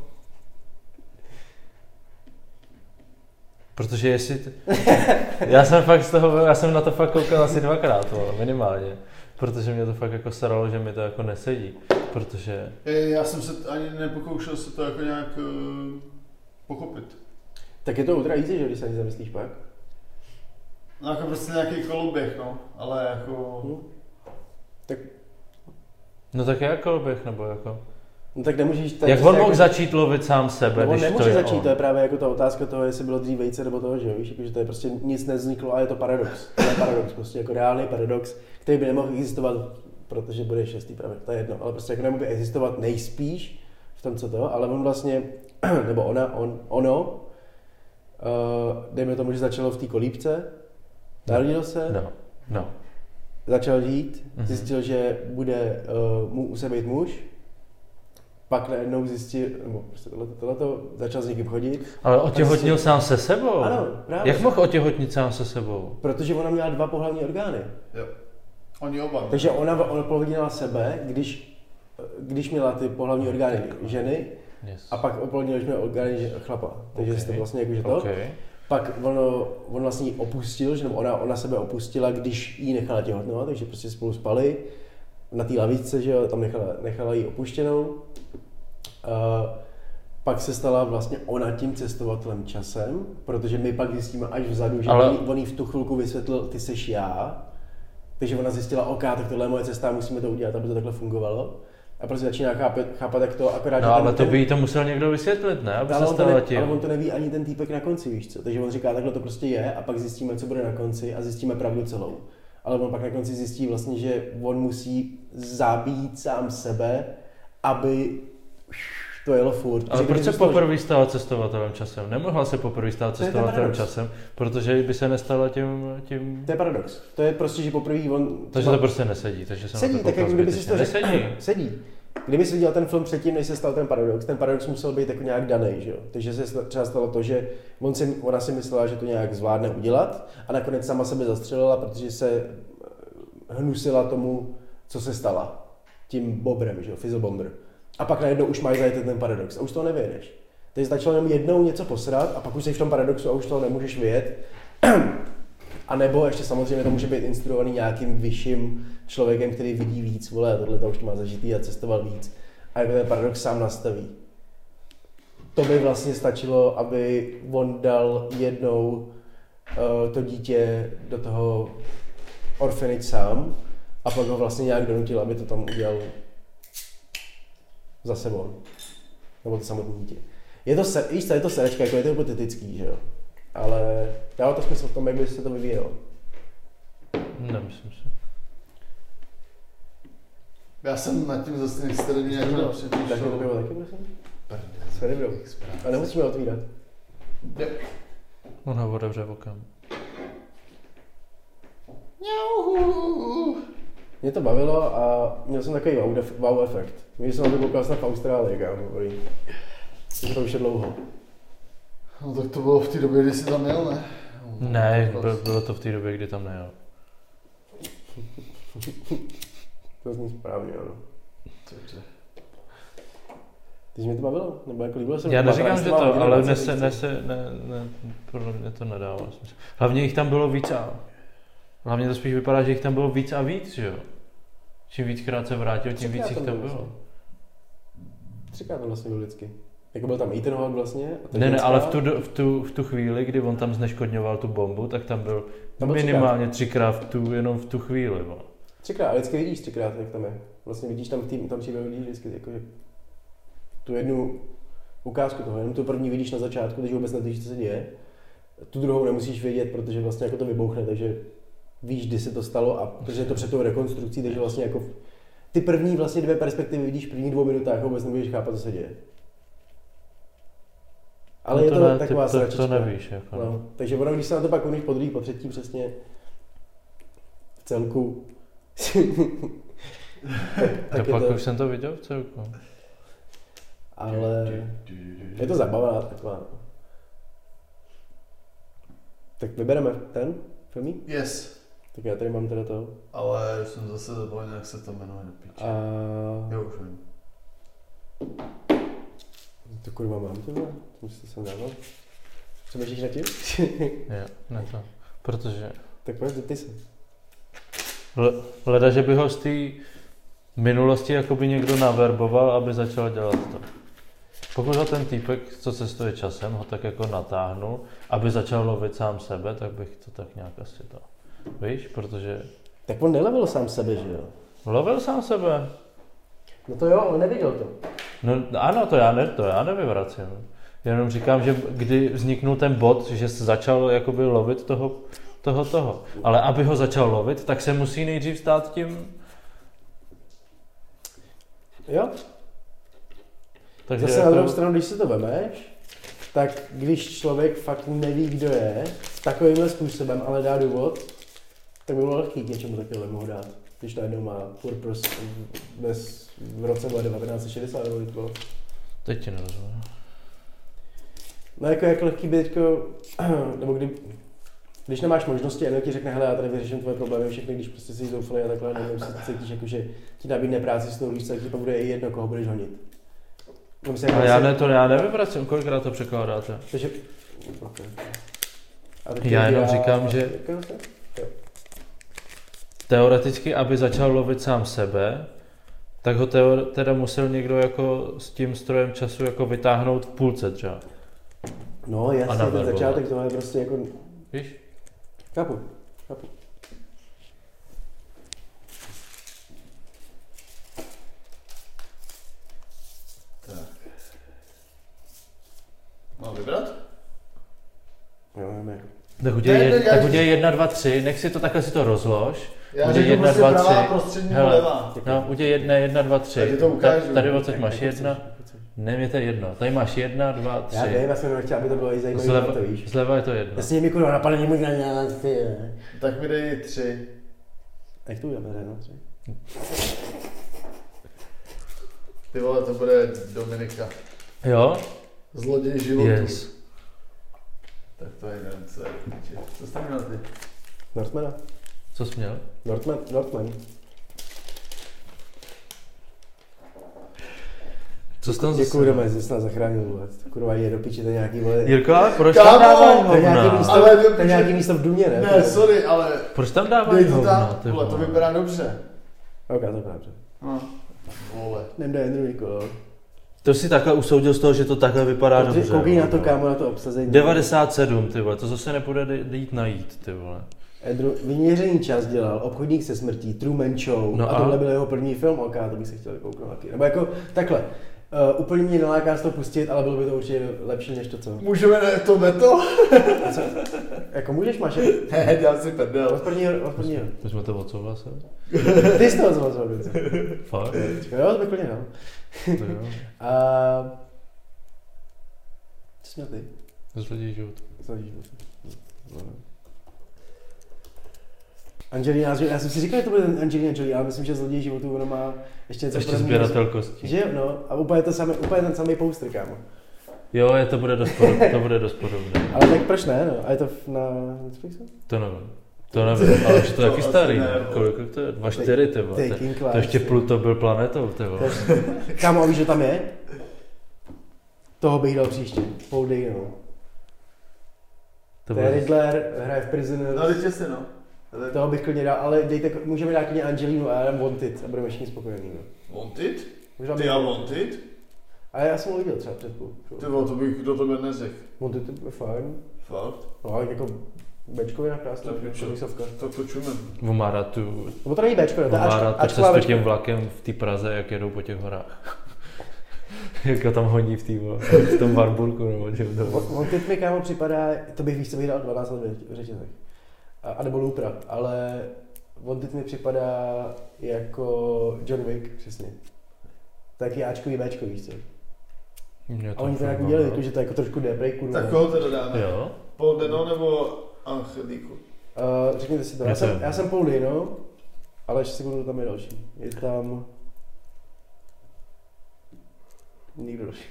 Protože jestli... T... Já jsem fakt z toho, já jsem na to fakt koukal asi dvakrát, vole, minimálně. Protože mě to fakt jako staralo, že mi to jako nesedí. Protože... Já jsem se ani nepokoušel se to jako nějak uh, pochopit. Tak je to ultra easy, že když se ani zamyslíš pak. No jako prostě nějaký koloběh, no. Ale jako... Hm. Tak, No tak jak koloběh, nebo jako... no tak nemůžeš... Tak Jak on prostě mohl jako, začít lovit sám sebe, no, on když to nemůže je začít, on? to je právě jako ta otázka toho, jestli bylo dřív vejce nebo toho, že jo, víš, jako, že to je prostě nic nevzniklo a je to paradox. To je paradox, prostě jako reálný paradox, který by nemohl existovat, protože bude šestý právě, to je jedno, ale prostě jako nemohl by existovat nejspíš v tom, co to, ale on vlastně, nebo ona, on, ono, uh, dejme tomu, že začalo v té kolíbce, narodil se, No, no. začal žít, Mhm. zjistil, že bude uh, mu muset být muž, pak najednou zjistil, nebo prostě tohleto, tohleto, začal s někým chodit. Ale otěhotnil zjistil- sám se sebou? Ano, právě. Jak mohl otěhotnit sám se sebou? Protože ona měla dva pohlavní orgány. Jo. Oni oba. Takže ona, ona oplodnila sebe, když, když měla ty pohlavní orgány ženy, Yes. a pak oplodnila, když měla orgány že- chlapa. Takže Okay. to vlastně jako, že to. Okay. Pak ono, on vlastně ji opustil, že ona, ona sebe opustila, když ji nechala těhotnovat, takže prostě spolu spali na té lavičce, že jo, tam nechala, nechala ji opuštěnou. Uh, pak se stala vlastně ona tím cestovatelem časem, protože my pak zjistíme až vzadu, že Ale... on, on jí v tu chvilku vysvětlil, ty seš já, takže ona zjistila, ok, tak tohle je moje cesta, musíme to udělat, aby to takhle fungovalo. A prostě začíná chápat, chápat jak to akorát... No ale ten, to by jí to musel někdo vysvětlit, ne? Aby ale, se on to ne, tím. ale on to neví ani ten týpek na konci, víš co? Takže on říká, takhle to prostě je a pak zjistíme, co bude na konci a zjistíme pravdu celou. Ale on pak na konci zjistí vlastně, že on musí zabít sám sebe, aby to jelo furt. Ale proč se poprvé stala cestovatelem časem? Nemohla se poprvé stát cestovatelem časem, protože by se nestala tím, tím... To je paradox. To je prostě, že poprvé on... Takže to prostě nesedí. Takže sedí, tak jako kdyby si to řekl. Nesedí. Sedí. Kdyby si viděl ten film předtím, než se stal ten paradox, ten paradox musel být jako nějak daný, že jo? Takže se třeba stalo to, že on si, ona si myslela, že to nějak zvládne udělat a nakonec sama sebe zastřelila, protože se hnusila tomu, co se stala. Tím bobrem, že jo? Fizzlebomber. A pak najednou už máš zajet ten paradox a už toho nevyjedeš. Teď stačilo jenom jednou něco posrat a pak už jsi v tom paradoxu a už toho nemůžeš vyjet. A nebo ještě samozřejmě to může být instruovaný nějakým vyšším člověkem, který vidí víc, vole, tohle to už to má zažitý a cestoval víc. A jako ten paradox sám nastaví. To by vlastně stačilo, aby on dal jednou uh, to dítě do toho orphanage sám a pak ho vlastně nějak donutil, aby to tam udělal zase on. Nebo to samotné dítě. Je to, se, víš co, je to serečka, jako je to hypotetický, že jo? Ale dává to smysl v tom, jak by se to vyvíjelo. Nemyslím si. Já jsem nad tím zase nechci nějak nepřemýšlel. Tak to bylo taky, prosím? Co je dobrou. A nemusíme otvírat. Jo. On ho otevře okem. Mě to bavilo a měl jsem takový wow, wow efekt. Když jsem na to koukal snad v Austrálii, kámo. Takže to už je dlouho. No tak to bylo v té době, kdy jsi tam jel, ne? Ne, bylo to v té době, kdy tam nejel. To zní správně, ano. Teď mě to bavilo? Nebo jako líbilo se? Já neříkám, že to, ale nese, nese, ne, ne, podle mě to nedává smysl. Hlavně jich tam bylo víc a... Hlavně to spíš vypadá, že jich tam bylo víc a víc, že jo? Čím víckrát se vrátil, tím víc jich tam bylo. Třikrát tam vlastně byl vždycky. Jako byl tam Ethan Hawke vlastně. A ne, ne, ale v tu, v, tu, v tu chvíli, kdy on tam zneškodňoval tu bombu, tak tam byl, tam byl minimálně třikrát, třikrát v tu, jenom v tu chvíli. Bo. Třikrát, ale vždycky vidíš třikrát, jak tam je. Vlastně vidíš tam tým, tam příběh vidíš vždycky jako, tu jednu ukázku toho, jenom tu první vidíš na začátku, takže vůbec nevíš, co se děje. Tu druhou nemusíš vědět, protože vlastně jako to vybouchne, takže víš, kdy se to stalo a protože je to před tou rekonstrukcí, takže vlastně jako ty první vlastně dvě perspektivy vidíš v prvních dvou minutách a vůbec nebudeš chápat, co se děje. Ale no je to ne, taková ty, to, to nevíš. Jako no. No. Takže ono, když se na to pak uníš po druhý, po třetí přesně v celku. tak, tak pak to... už jsem to viděl v celku. Ale je to zabavná taková. Tak vybereme ten filmí? Yes. Tak já tady mám teda to. Ale jsem zase zapomněl, jak se to jmenuje do piče. A... Jo, už vím. To kurva mám tohle? Myslím, že jsem dával. Přemýšlíš na tím? Jo, ne to. Protože... Tak pojď, ty se. Leda, že by ho z té minulosti jakoby někdo naverboval, aby začal dělat to. Pokud ho ten týpek, co cestuje časem, ho tak jako natáhnul, aby začal lovit sám sebe, tak bych to tak nějak asi to... Víš, protože... Tak on nelovil sám sebe, že jo? Lovil sám sebe. No to jo, ale neviděl to. No ano, to já, ne, to já nevyvracím. Jenom říkám, že kdy vzniknul ten bod, že se začal jakoby lovit toho, toho, toho. Ale aby ho začal lovit, tak se musí nejdřív stát tím... Jo. Takže zase jako... na druhou stranu, když se to vemeš, tak když člověk fakt neví, kdo je, takovýmhle způsobem, ale dá důvod, tak by bylo lehký k něčemu takovému mohl dát. Když najednou má purpose dnes v roce devatenáct set šedesát nebo to bylo. Teď ti nerozumím. No jako jak lehký by teďko, nebo kdy, když nemáš možnosti, a ti řekne, hele, já tady vyřeším tvoje problémy všechny, když prostě si zoufalý a takhle, nevím, si cítíš jako, že ti nabídne práci s tou víc, tak ti pak bude i jedno, koho budeš honit. A já, ne, to, já nevyvracím, kolikrát to překládáte? Takže, okay. Já jenom říkám, že teoreticky, aby začal lovit sám sebe, Tak ho te- teda musel někdo jako s tím strojem času jako vytáhnout v půlce třeba. No jasně, ten začátek toho je prostě jako... Víš? Chápu, chápu. Tak. Mám vybrat? Jo, ne, ne. Tak udělej, jed, tak udělej jedna, dva, tři, nech si to takhle si to rozlož. Já udělej jedna, prostě dva, tři. Prostřední levá. No, udělej jedna, jedna, dva, tři. Tady to ukážu. Ta, tady odsaď máš jedna. Ne, mě to je jedno. Tady máš jedna, dva, tři. Já vím, já jsem nechtěl, aby to bylo i zajímavé, Zleva, to víš. Zleva je to jedno. Jasně mi kurva napadne možná nějak ty. Tak mi dej tři. Jak to uděláme, no tři? Ty vole, to bude Dominika. Jo? Zloděj životu. Yes. Tak to je jeden, co je. Co jsi tam měl ty? Northmana. Co jsi měl? Northman, Northman. Co jsi tam zase? Děkuju doma, že jsi nás zachránil, vole. Kurva, je do piči, to je nějaký, vole... Jirko, proč tam dáváš hovna? To je nějaký místo, ale to je nějaký místo v Dumě, ne? Ne, sorry, ale... Proč tam dáváš hovna? Vole, to vypadá dobře. Ok, to vypadá dobře. No. Vole. Jdem do druhý kolo. To si takhle usoudil z toho, že to takhle vypadá to dobře. Koukej na to, kámo, na to obsazení. devadesát sedm, ty vole, to zase nepůjde jít najít, ty vole. Edru, vyměřený čas dělal, Obchodník se smrtí, Truman Show, no a, a tohle byl jeho první film, ok, to bych se chtěl kouknout taky. Nebo jako takhle, uh, úplně mě neláká z toho pustit, ale bylo by to určitě lepší než to, co. Můžeme na to veto? Co? Jako můžeš, máš? Ne, dělám si prdel. Od prvního, od prvního. My jsme to odsouhlasili. Ty jsi to odsouhlasil. Fakt? Jo, to bych klidně dal. To jo. A... Co jsi měl ty? Zloděj životu. Zloděj životu. No. Angelina, já jsem si říkal, že to bude Angelina Jolie, ale myslím, že Zloděj životu ona má ještě něco ještě sběratel kostí. Že jo, no, a úplně, to samé, úplně ten samý poster, kámo. Jo, je, to bude dost podobné, to bude dost podobné. Ale tak proč ne, no? A je to na Netflixu? To nevím. To nevím, ale už je to taky starý, ne? Kolik to je? dva čtyři, ty vole. To ještě Pluto byl planetou, ty vole. Kámo, a víš, že tam je? Toho bych dal příště. Paul Dano. To je Riddler, hraje v Prisoner. No, dejte si, no. Toho bych klidně dal, ale dejte, můžeme dát klidně Angelinu a já dám Wanted a budeme všichni spokojení. No. Wanted? Ty a Wanted? A já jsem ho viděl třeba před půl. Ty vole, to bych do tebe neřekl. Wanted je fajn. Fakt? No ale jako Bčkovina krásná, čelísovka. Tak to čume. On má rád tu... No to není Bčko, to je Ačková Bčko. Cestu tím vlakem v té Praze, jak jedou po těch horách. Jak ho tam honí v, tý, v tom Warburgu nebo čem to. Wanted mi kámo připadá, to bych víc co bych dal dvanáct let řetězek. A, a nebo Loopra, ale Wanted mi připadá jako John Wick, přesně. Taky Ačkový, Bčko, víš co? A oni to nějak udělali, jako, že to je jako trošku deprej, kurva. Tak koho to dodáme? Jo? Paul Dano nebo Angeliku? Uh, řekněte si to, já jsem, já jsem Paul Dano, ale ještě sekundu tam je další. Je tam... Nikdo další.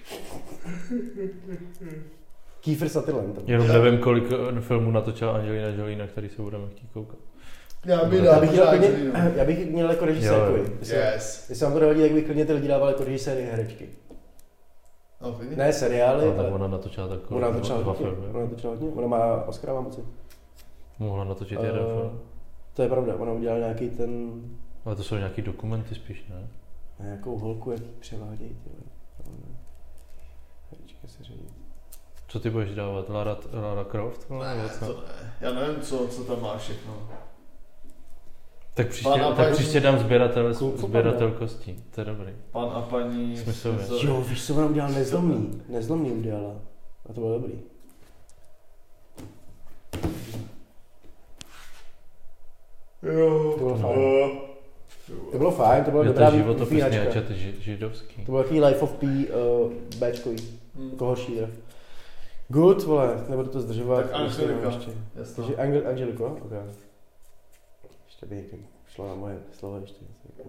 Kiefer Sutherland. Jenom nevím, kolik filmů natočila Angelina Jolie, na který se budeme chtít koukat. Já bych, já bych, klidně, já bych měl jako režisérkovi. Yes. Jestli vám to nevadí, tak bych klidně ty lidi dával jako režiséry herečky. No, ne seriály, no, ale ona natočila tak ona natočila dva filmy. Ona natočila hodně, ona má Oscara, mám pocit. Mohla natočit uh, jeden film. To je pravda, ona udělala nějaký ten... Ale to jsou nějaký dokumenty spíš, ne? Nějakou holku, jak převádějí, ty herečka se řadí. Co ty budeš dávat? Lara, Lara Croft? Ne, to ne. Já nevím, co, co tam má všechno. Tak příště, tak paní... příště dám sběratel, sběratel kostí, to je dobrý. Pan a paní... Smyslově. Jo, víš, co ona udělala nezlomný. Nezlomný udělala. A to bylo dobrý. Jo, to bylo fajn. To bylo fajn, to bylo dobrá výpínačka. Životopisně a čet židovský. To byl takový Life of P uh, Bčkový, hmm. jako horší drav. Good, vole, nebudu to zdržovat. Tak Angelika. Takže Angel, Angeliko, ok. Ještě bych šlo na moje slovo ještě.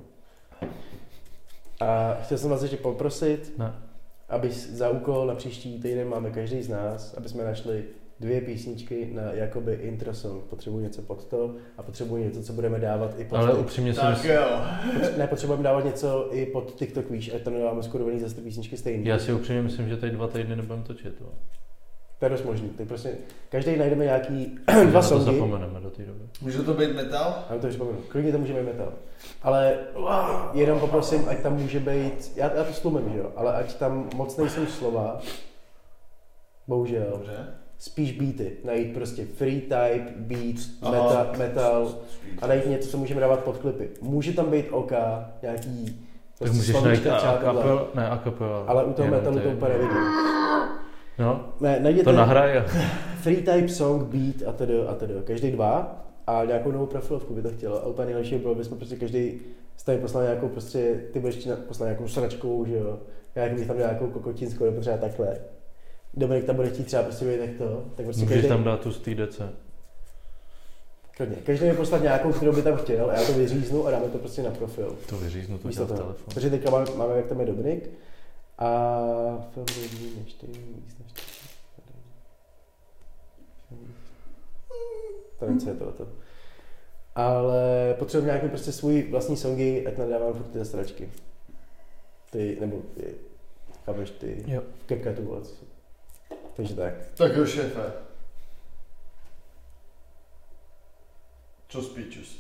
A chtěl jsem vás ještě poprosit, ne. aby za úkol na příští týden máme každý z nás, aby jsme našli dvě písničky na jakoby intro song. Potřebuji něco pod to a potřebuji něco, co budeme dávat i pod... Ale upřímně tak si jo. Ne, potřebujeme dávat něco i pod TikTok, víš, ať tam nedáváme skurvený zase ty písničky stejný. Já si upřímně myslím, že tady dva týdny nebudeme točit. Jo. To je dost možný. Tak prostě každý najdeme nějaký dva songy. To zapomeneme do té doby. Může to být metal? Já to vzpomenu. Klidně to může být metal. Ale jenom poprosím, ať tam může být, já, já to slumím, že jo, ale ať tam moc nejsou slova, bohužel. Dobře. Spíš beaty, najít prostě free type, beat, meta, metal a najít něco, co můžeme dávat pod klipy. Může tam být oka, nějaký tak můžeš najít akapel, ne akapel. Ale u toho metalu to úplně nevidím. No, ne, najděte to nahraj. Free type, song, beat a tedy a tedy. Každý dva a nějakou novou profilovku by to chtělo. A úplně nejlepší bylo, bychom prostě každý z tady poslal nějakou prostě, ty budeš poslat nějakou sračkou, že jo. Já bych tam nějakou kokotinskou nebo třeba takhle. Dominik tam bude chtít třeba prostě být tak to, tak prostě můžeš každý... tam dát tu z té dece. Klidně. Každý mi poslat nějakou, kterou by tam chtěl a já to vyříznu a dáme to prostě na profil. To vyříznu, to dělá telefon. Takže teďka máme, máme, jak tam je Dominik a film lidí než ty, víc než ty. To nevím, co je tohleto. Ale potřebuji nějaký prostě svůj vlastní songy, ať nadávám furt ty zastračky. Ty, nebo ty, chápeš ty, jo. v CapCutu vole. Takže tak. Tak jo, šéfe. Co spíčus?